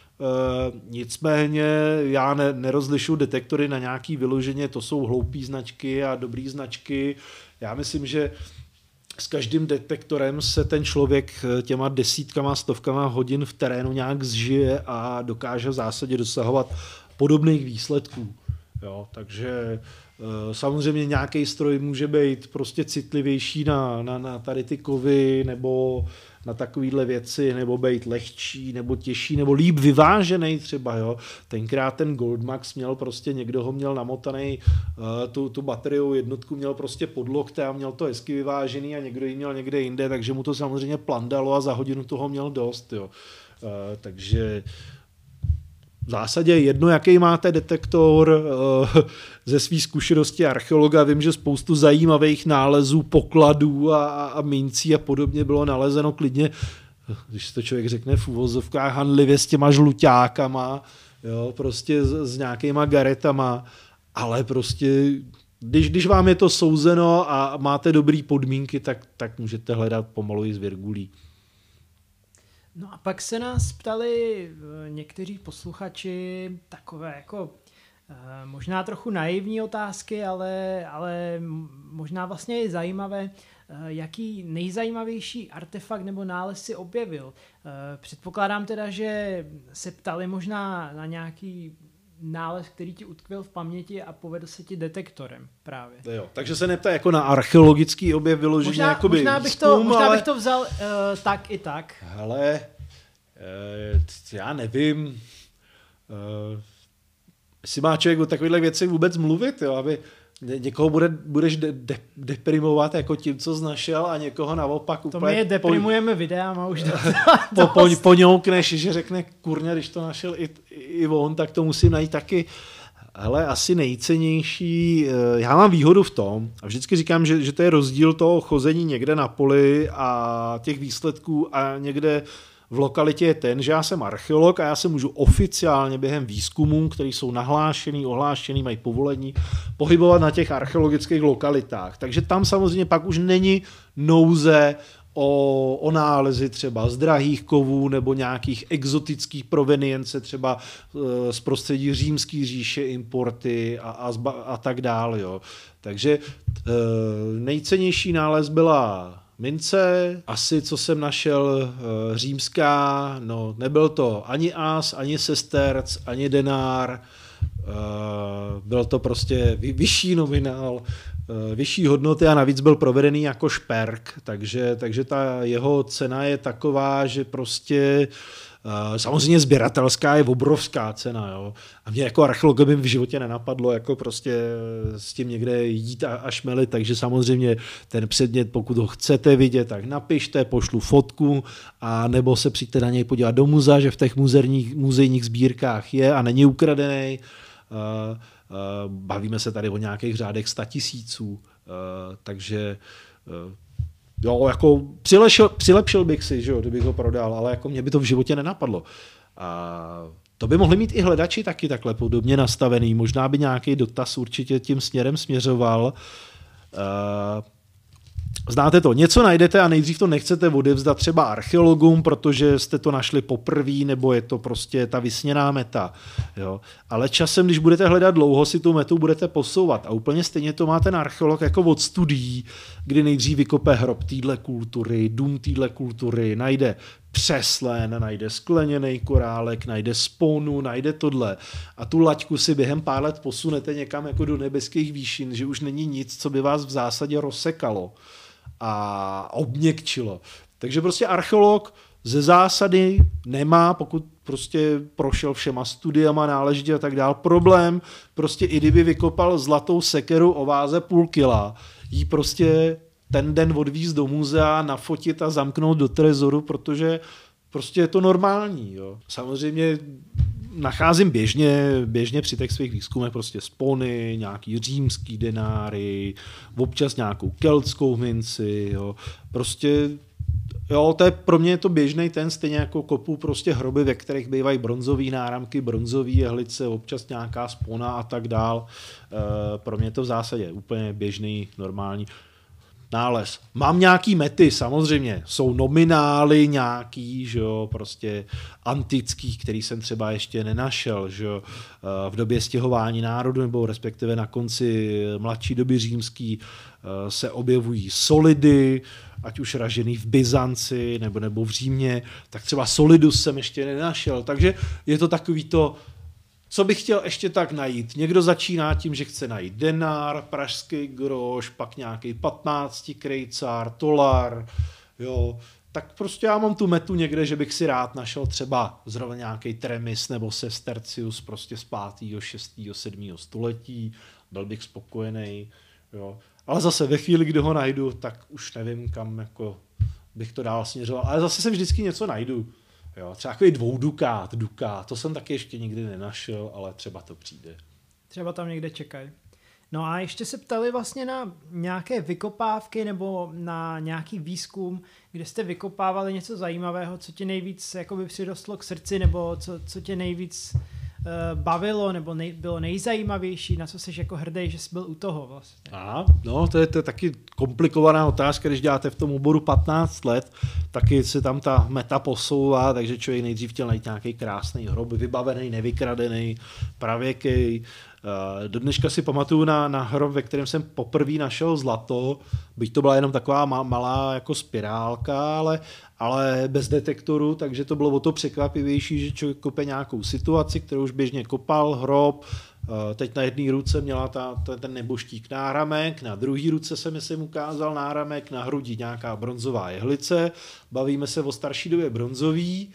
Nicméně já nerozlišuji detektory na nějaký vyloženě, to jsou hloupý značky a dobrý značky. Já myslím, že s každým detektorem se ten člověk těma desítkama, stovkama hodin v terénu nějak zžije a dokáže v zásadě dosahovat podobných výsledků. Jo, takže samozřejmě nějaký stroj může být prostě citlivější na tady ty kovy nebo na takovýhle věci, nebo být lehčí, nebo těžší, nebo líp vyvážený třeba, jo. Tenkrát ten Goldmax měl prostě, někdo ho měl namotaný, tu bateriovou jednotku měl prostě pod lokte a měl to hezky vyvážený a někdo ji měl někde jinde, takže mu to samozřejmě plandalo a za hodinu toho měl dost, jo. Takže v zásadě jedno, jaký máte detektor, ze své zkušenosti archeologa vím, že spoustu zajímavých nálezů, pokladů a mincí a podobně bylo nalezeno klidně, když to člověk řekne v uvozovkách, hanlivě s těma žluťákama, jo, prostě s nějakýma garetama, ale prostě když vám je to souzeno a máte dobrý podmínky, tak můžete hledat pomalu i z virgulí. No a pak se nás ptali někteří posluchači takové jako možná trochu naivní otázky, ale možná vlastně i zajímavé, jaký nejzajímavější artefakt nebo nález si objevil. Předpokládám teda, že se ptali možná na nějaký nález, který ti utkvěl v paměti a povedl se ti detektorem právě. Jo, takže se neptá jako na archeologický objev vyloženě jakoby možná bych to vzal tak i tak. Hele, já nevím, jestli má člověk o takovýchhle věcech vůbec mluvit, jo, aby někoho budeš deprimovat jako tím, co jsi našel a někoho naopak úplně... To my je deprimujeme videama už poňoukneš, že řekne kurňa, když to našel i on, tak to musím najít taky. Hele, asi nejcennější, já mám výhodu v tom, a vždycky říkám, že to je rozdíl toho chození někde na poli a těch výsledků a někde v lokalitě je ten, že já jsem archeolog a já se můžu oficiálně během výzkumů, které jsou nahlášený, ohlášený, mají povolení, pohybovat na těch archeologických lokalitách. Takže tam samozřejmě pak už není nouze o nálezy třeba z drahých kovů nebo nějakých exotických provenience, třeba z prostředí římské říše, importy a tak dále. Jo. Takže nejcennější nález byla mince, asi co jsem našel římská, no nebyl to ani as, ani sesterc, ani denár, byl to prostě vyšší nominál, vyšší hodnoty a navíc byl provedený jako šperk, takže ta jeho cena je taková, že prostě samozřejmě sběratelská je obrovská cena, jo. A mě jako archeologa by v životě nenapadlo jako prostě s tím někde jít a šmelit, takže samozřejmě ten předmět, pokud ho chcete vidět, tak napište, pošlu fotku a nebo se přijďte na něj podívat do muzea, že v těch muzejních sbírkách je a není ukradený. Bavíme se tady o nějakých řádech 100 000, takže jo, jako přilepšil bych si, že jo, kdybych ho prodal, ale jako mě by to v životě nenapadlo. A to by mohli mít i hledači taky takhle podobně nastavený. Možná by nějaký dotaz určitě tím směrem směřoval. Znáte to, něco najdete a nejdřív to nechcete odevzdat třeba archeologům, protože jste to našli poprvé, nebo je to prostě ta vysněná meta. Jo. Ale časem, když budete hledat dlouho, si tu metu budete posouvat. A úplně stejně to má ten archeolog jako od studií, kdy nejdřív vykope hrob téhle kultury, dům téhle kultury, najde přeslen, najde skleněný korálek, najde sponu, najde tohle. A tu laťku si během pár let posunete někam jako do nebeských výšin, že už není nic, co by vás v zásadě rozsekalo a obměkčilo. Takže prostě archeolog ze zásady nemá, pokud prostě prošel všema studiama náležitě a tak dál, problém prostě i kdyby vykopal zlatou sekeru o váze půl kila, jí prostě ten den odvízt do muzea, nafotit a zamknout do trezoru, protože prostě je to normální. Jo. Samozřejmě nacházím běžně při těch svých výzkumech prostě spony, nějaký římský denáry, občas nějakou keltskou minci, jo. Prostě jo, to je, pro mě je to běžný ten, stejně jako kopu prostě hroby, ve kterých bývají bronzové náramky, bronzové jehlice, občas nějaká spona a tak dál. Pro mě je to v zásadě úplně běžný, normální nález. Mám nějaký mety, samozřejmě. Jsou nominály nějaký, že jo, prostě antický, který jsem třeba ještě nenašel, že jo, v době stěhování národu, nebo respektive na konci mladší doby římský se objevují solidy, ať už ražený v Byzanci nebo v Římě, tak třeba solidus jsem ještě nenašel. Takže je to takový to, co bych chtěl ještě tak najít. Někdo začíná tím, že chce najít denár, pražský groš, pak nějaký 15 krejcár, tolar, jo. Tak prostě já mám tu metu někde, že bych si rád našel třeba zrovna nějaký Tremis nebo Sestercius prostě z 5., 6., 7. století. Byl bych spokojený, jo. Ale zase ve chvíli, kdy ho najdu, tak už nevím, kam jako bych to dál směřoval. Ale zase se vždycky něco najdu. Jo, třeba takový dukát, to jsem taky ještě nikdy nenašel, ale třeba to přijde. Třeba tam někde čekají. No a ještě se ptali vlastně na nějaké vykopávky nebo na nějaký výzkum, kde jste vykopávali něco zajímavého, co tě nejvíc jakoby přirostlo k srdci, nebo co tě nejvíc bavilo, nebo bylo nejzajímavější, na co jsi jako hrdý, že jsi byl u toho vlastně. No, to je taky komplikovaná otázka, když děláte v tom oboru 15 let, taky se tam ta meta posouvá, takže člověk nejdřív chtěl najít nějaký krásný hrob, vybavený, nevykradený, pravěký. Do dneška si pamatuju na hrob, ve kterém jsem poprvé našel zlato, byť to byla jenom taková malá jako spirálka, ale bez detektoru, takže to bylo o to překvapivější, že člověk kope nějakou situaci, kterou už běžně kopal, hrob, teď na jedné ruce měla ten neboštík náramek, na druhé ruce se myslím ukázal náramek, na hrudi nějaká bronzová jehlice, bavíme se o starší době bronzový,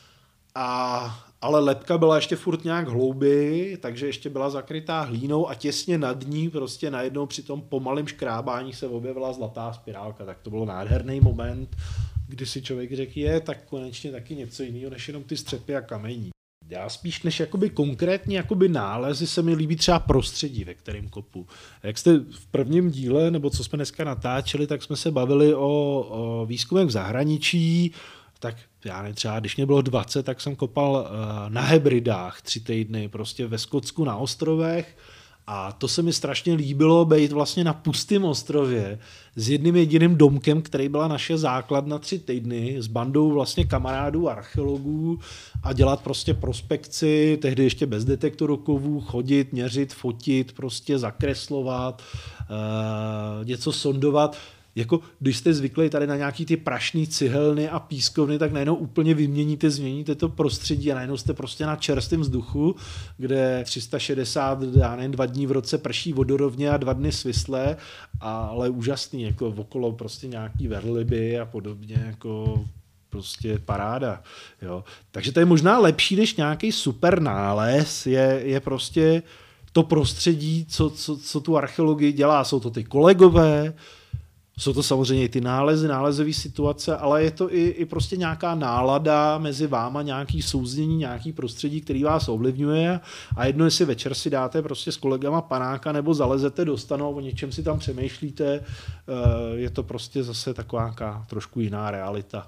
ale lebka byla ještě furt nějak hlouběji, takže ještě byla zakrytá hlínou a těsně nad ní prostě najednou při tom pomalém škrábání se objevila zlatá spirálka, tak to byl nádherný moment, kdy si člověk řekl, tak konečně taky něco jiného, než jenom ty střepy a kamení. Já spíš než jakoby konkrétně jakoby nálezy se mi líbí třeba prostředí, ve kterém kopu. Jak jste v prvním díle, nebo co jsme dneska natáčeli, tak jsme se bavili o výzkumech v zahraničí, tak já nevím, třeba když mě bylo 20, tak jsem kopal na Hebridách 3 týdny, prostě ve Skotsku na ostrovech a to se mi strašně líbilo, být vlastně na pustém ostrově s jedním jediným domkem, který byla naše základna 3 týdny, s bandou vlastně kamarádů, archeologů a dělat prostě prospekci, tehdy ještě bez detektoru kovů, chodit, měřit, fotit, prostě zakreslovat, něco sondovat. Jako když jste zvyklí tady na nějaký ty prašný cihelny a pískovny, tak najednou úplně změníte to prostředí a najednou jste prostě na čerstvém vzduchu, kde 360, já nevím, 2 dní v roce prší vodorovně a 2 dny svislé, ale úžasný, jako okolo prostě nějaký velryby a podobně, jako prostě paráda. Jo. Takže to je možná lepší než nějaký super nález, je prostě to prostředí, co tu archeologii dělá. Jsou to ty kolegové, jsou to samozřejmě i ty nálezové situace, ale je to i prostě nějaká nálada mezi váma, nějaký souznění, nějaký prostředí, který vás ovlivňuje a jedno, jestli večer si dáte prostě s kolegama panáka nebo zalezete do stanu, o něčem si tam přemýšlíte, je to prostě zase taková trošku jiná realita.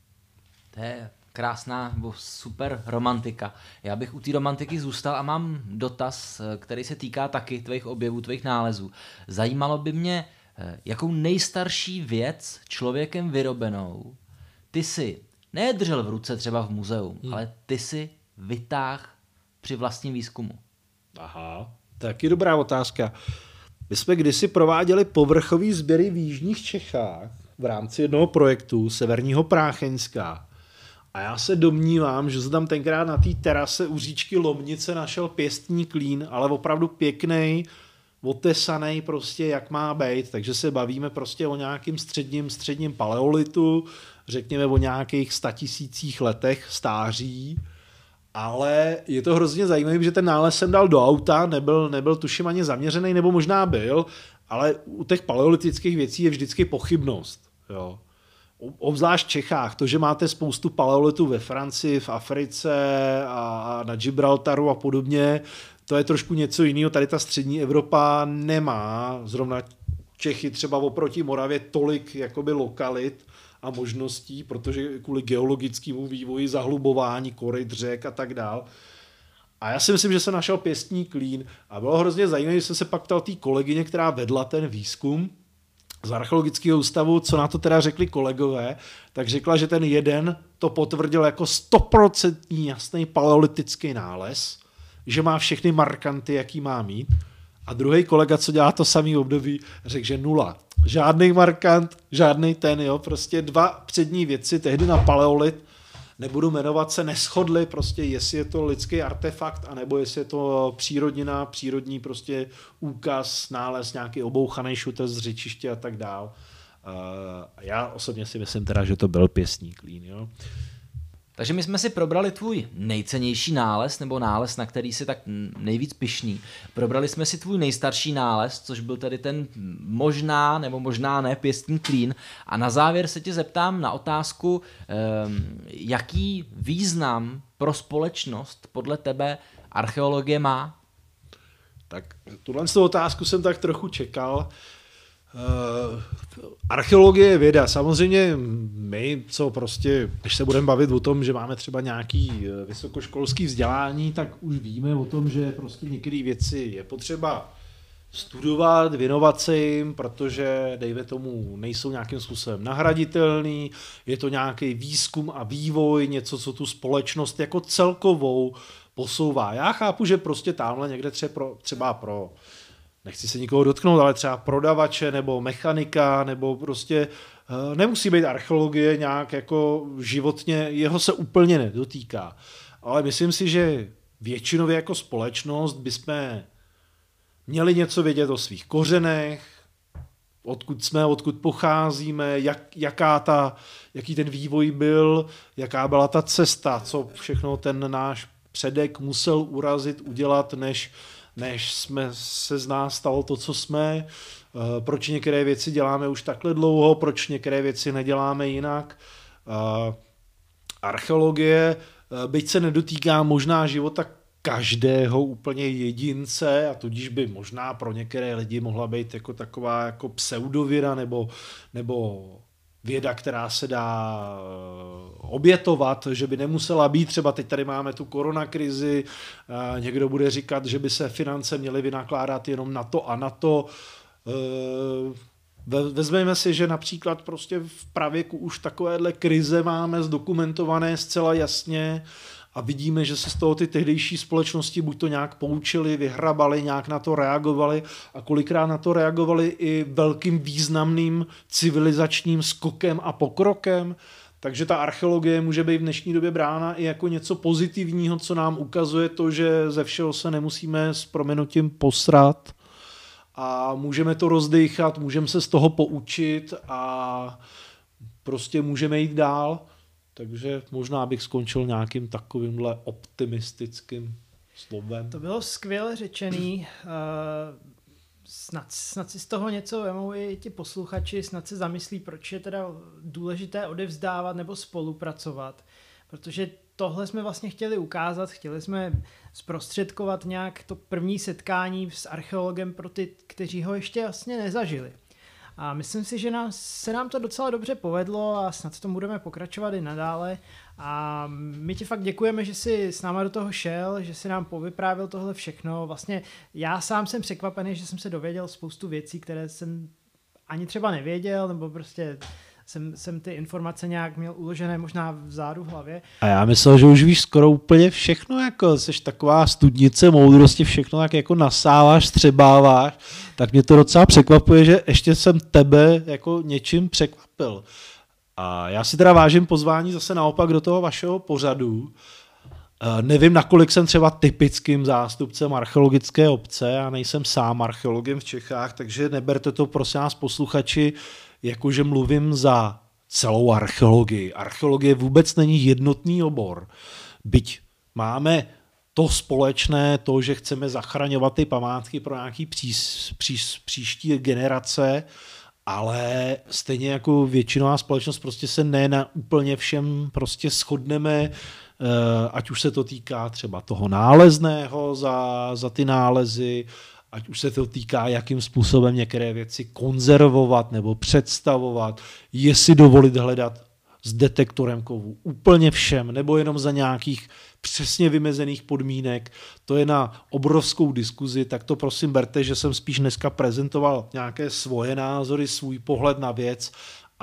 To je krásná, super romantika. Já bych u té romantiky zůstal a mám dotaz, který se týká taky tvých objevů, tvých nálezů. Zajímalo by mě, jakou nejstarší věc člověkem vyrobenou ty si nedržel v ruce třeba v muzeu, ale ty si vytáhl při vlastním výzkumu. Aha, taky dobrá otázka. My jsme kdysi prováděli povrchový sběry v jižních Čechách v rámci jednoho projektu Severního Prácheňska. A já se domnívám, že jsem tam tenkrát na té terase u říčky Lomnice našel pěstní klín, ale opravdu pěknej, otesanej prostě, jak má být, takže se bavíme prostě o nějakým středním paleolitu, řekněme o nějakých 100 000 letech stáří, ale je to hrozně zajímavé, že ten nález jsem dal do auta, nebyl tuším ani zaměřený, nebo možná byl, ale u těch paleolitických věcí je vždycky pochybnost. Jo. Obzvlášť v Čechách, to, že máte spoustu paleolitů ve Francii, v Africe a na Gibraltaru a podobně, to je trošku něco jiného. Tady ta střední Evropa nemá, zrovna Čechy třeba oproti Moravě, tolik jakoby lokalit a možností, protože kvůli geologickému vývoji, zahlubování koryt, řek a tak dál. A já si myslím, že jsem našel pěstní klín a bylo hrozně zajímavé, že jsem se pak ptal té kolegyně, která vedla ten výzkum z archeologického ústavu, co na to teda řekli kolegové, tak řekla, že ten jeden to potvrdil jako 100% jasný paleolitický nález, že má všechny markanty, jaký má mít. A druhý kolega, co dělá to samý období, řekl, že 0. Žádný markant, žádný ten, jo, prostě 2 přední věci, tehdy na paleolit, nebudu jmenovat, se neshodly, prostě jestli je to lidský artefakt, anebo jestli je to přírodnina, přírodní prostě úkaz, nález, nějaký obouchaný šutr z řečiště a tak dál. Já osobně si myslím teda, že to byl pěstní klín, jo. Takže my jsme si probrali tvůj nejcennější nález, nebo nález, na který jsi tak nejvíc pyšný. Probrali jsme si tvůj nejstarší nález, což byl tedy ten možná, nebo možná ne, pěstní klín. A na závěr se tě zeptám na otázku, jaký význam pro společnost podle tebe archeologie má? Tak tuhle otázku jsem tak trochu čekal. Archeologie je věda. Samozřejmě my, co prostě, když se budeme bavit o tom, že máme třeba nějaký vysokoškolský vzdělání, tak už víme o tom, že prostě některé věci je potřeba studovat, věnovat se jim, protože, dejme tomu, nejsou nějakým způsobem nahraditelný, je to nějaký výzkum a vývoj, něco, co tu společnost jako celkovou posouvá. Já chápu, že prostě tamhle někde třeba pro nechci se nikoho dotknout, ale třeba prodavače nebo mechanika, nebo prostě nemusí být archeologie nějak jako životně, jeho se úplně nedotýká. Ale myslím si, že většinově jako společnost bychom měli něco vědět o svých kořenech, odkud jsme, odkud pocházíme, jaký ten vývoj byl, jaká byla ta cesta, co všechno ten náš předek musel urazit, udělat, než jsme se z nás stalo to, co jsme, proč některé věci děláme už takhle dlouho, proč některé věci neděláme jinak. Archeologie, byť se nedotýká možná života každého úplně jedince, a tudíž by možná pro některé lidi mohla být jako taková jako pseudověda nebo věda, která se dá obětovat, že by nemusela být, třeba teď tady máme tu koronakrizi, někdo bude říkat, že by se finance měly vynakládat jenom na to a na to. Vezmeme si, že například prostě v pravěku už takovéhle krize máme zdokumentované zcela jasně a vidíme, že se z toho ty tehdejší společnosti buď to nějak poučili, vyhrabali, nějak na to reagovali a kolikrát na to reagovali i velkým významným civilizačním skokem a pokrokem. Takže ta archeologie může být v dnešní době brána i jako něco pozitivního, co nám ukazuje to, že ze všeho se nemusíme s prominutím posrat a můžeme to rozdýchat, můžeme se z toho poučit a prostě můžeme jít dál. Takže možná bych skončil nějakým takovýmhle optimistickým slovem. To bylo skvěle řečený. Snad si z toho něco vemou i ti posluchači, snad se zamyslí, proč je teda důležité odevzdávat nebo spolupracovat. Protože tohle jsme vlastně chtěli ukázat, chtěli jsme zprostředkovat nějak to první setkání s archeologem pro ty, kteří ho ještě vlastně nezažili. A myslím si, že se nám to docela dobře povedlo a snad v tom budeme pokračovat i nadále. A my ti fakt děkujeme, že jsi s náma do toho šel, že jsi nám povyprávěl tohle všechno. Vlastně já sám jsem překvapený, že jsem se dověděl spoustu věcí, které jsem ani třeba nevěděl, nebo prostě jsem ty informace nějak měl uložené možná vzadu v hlavě. A já myslel, že už víš skoro úplně všechno, jako jsi taková studnice moudrosti, všechno tak jako nasáváš, střebáváš, tak mě to docela překvapuje, že ještě jsem tebe jako něčím překvapil. A já si teda vážím pozvání zase naopak do toho vašeho pořadu. Nevím, nakolik jsem třeba typickým zástupcem archeologické obce, já nejsem sám archeologem v Čechách, takže neberte to prosím vás posluchači, jakože mluvím za celou archeologii. Archeologie vůbec není jednotný obor. Byť máme to společné, to, že chceme zachraňovat ty památky pro nějaký příští generace, ale stejně jako většinová společnost prostě se ne na úplně všem prostě shodneme, ať už se to týká třeba toho nálezného za ty nálezy, ať už se to týká, jakým způsobem některé věci konzervovat nebo představovat, jestli dovolit hledat s detektorem kovů úplně všem, nebo jenom za nějakých přesně vymezených podmínek. To je na obrovskou diskuzi, tak to prosím berte, že jsem spíš dneska prezentoval nějaké svoje názory, svůj pohled na věc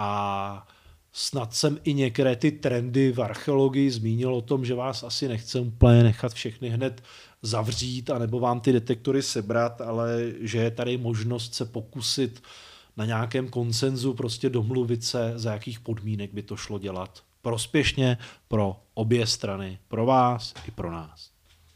a snad jsem i některé ty trendy v archeologii zmínil o tom, že vás asi nechcem úplně nechat všechny hned zavřít anebo vám ty detektory sebrat, ale že je tady možnost se pokusit na nějakém konsenzu prostě domluvit se, za jakých podmínek by to šlo dělat. Prospěšně pro obě strany, pro vás i pro nás.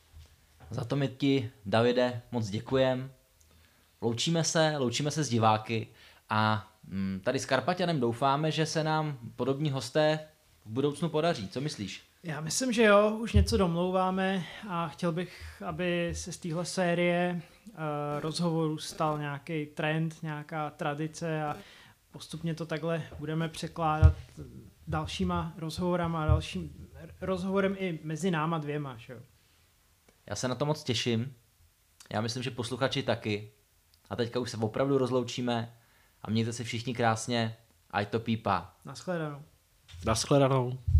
Za to my ti, Davide, moc děkujem. Loučíme se s diváky a tady s Karpaťanem doufáme, že se nám podobní hosté v budoucnu podaří. Co myslíš? Já myslím, že jo, už něco domlouváme a chtěl bych, aby se z téhle série rozhovorů stal nějaký trend, nějaká tradice a postupně to takhle budeme překládat dalšíma rozhovorama a dalším rozhovorem i mezi náma dvěma. Že? Já se na to moc těším. Já myslím, že posluchači taky. A teďka už se opravdu rozloučíme a mějte se všichni krásně. Ať to pípá. Naschledanou. Naschledanou.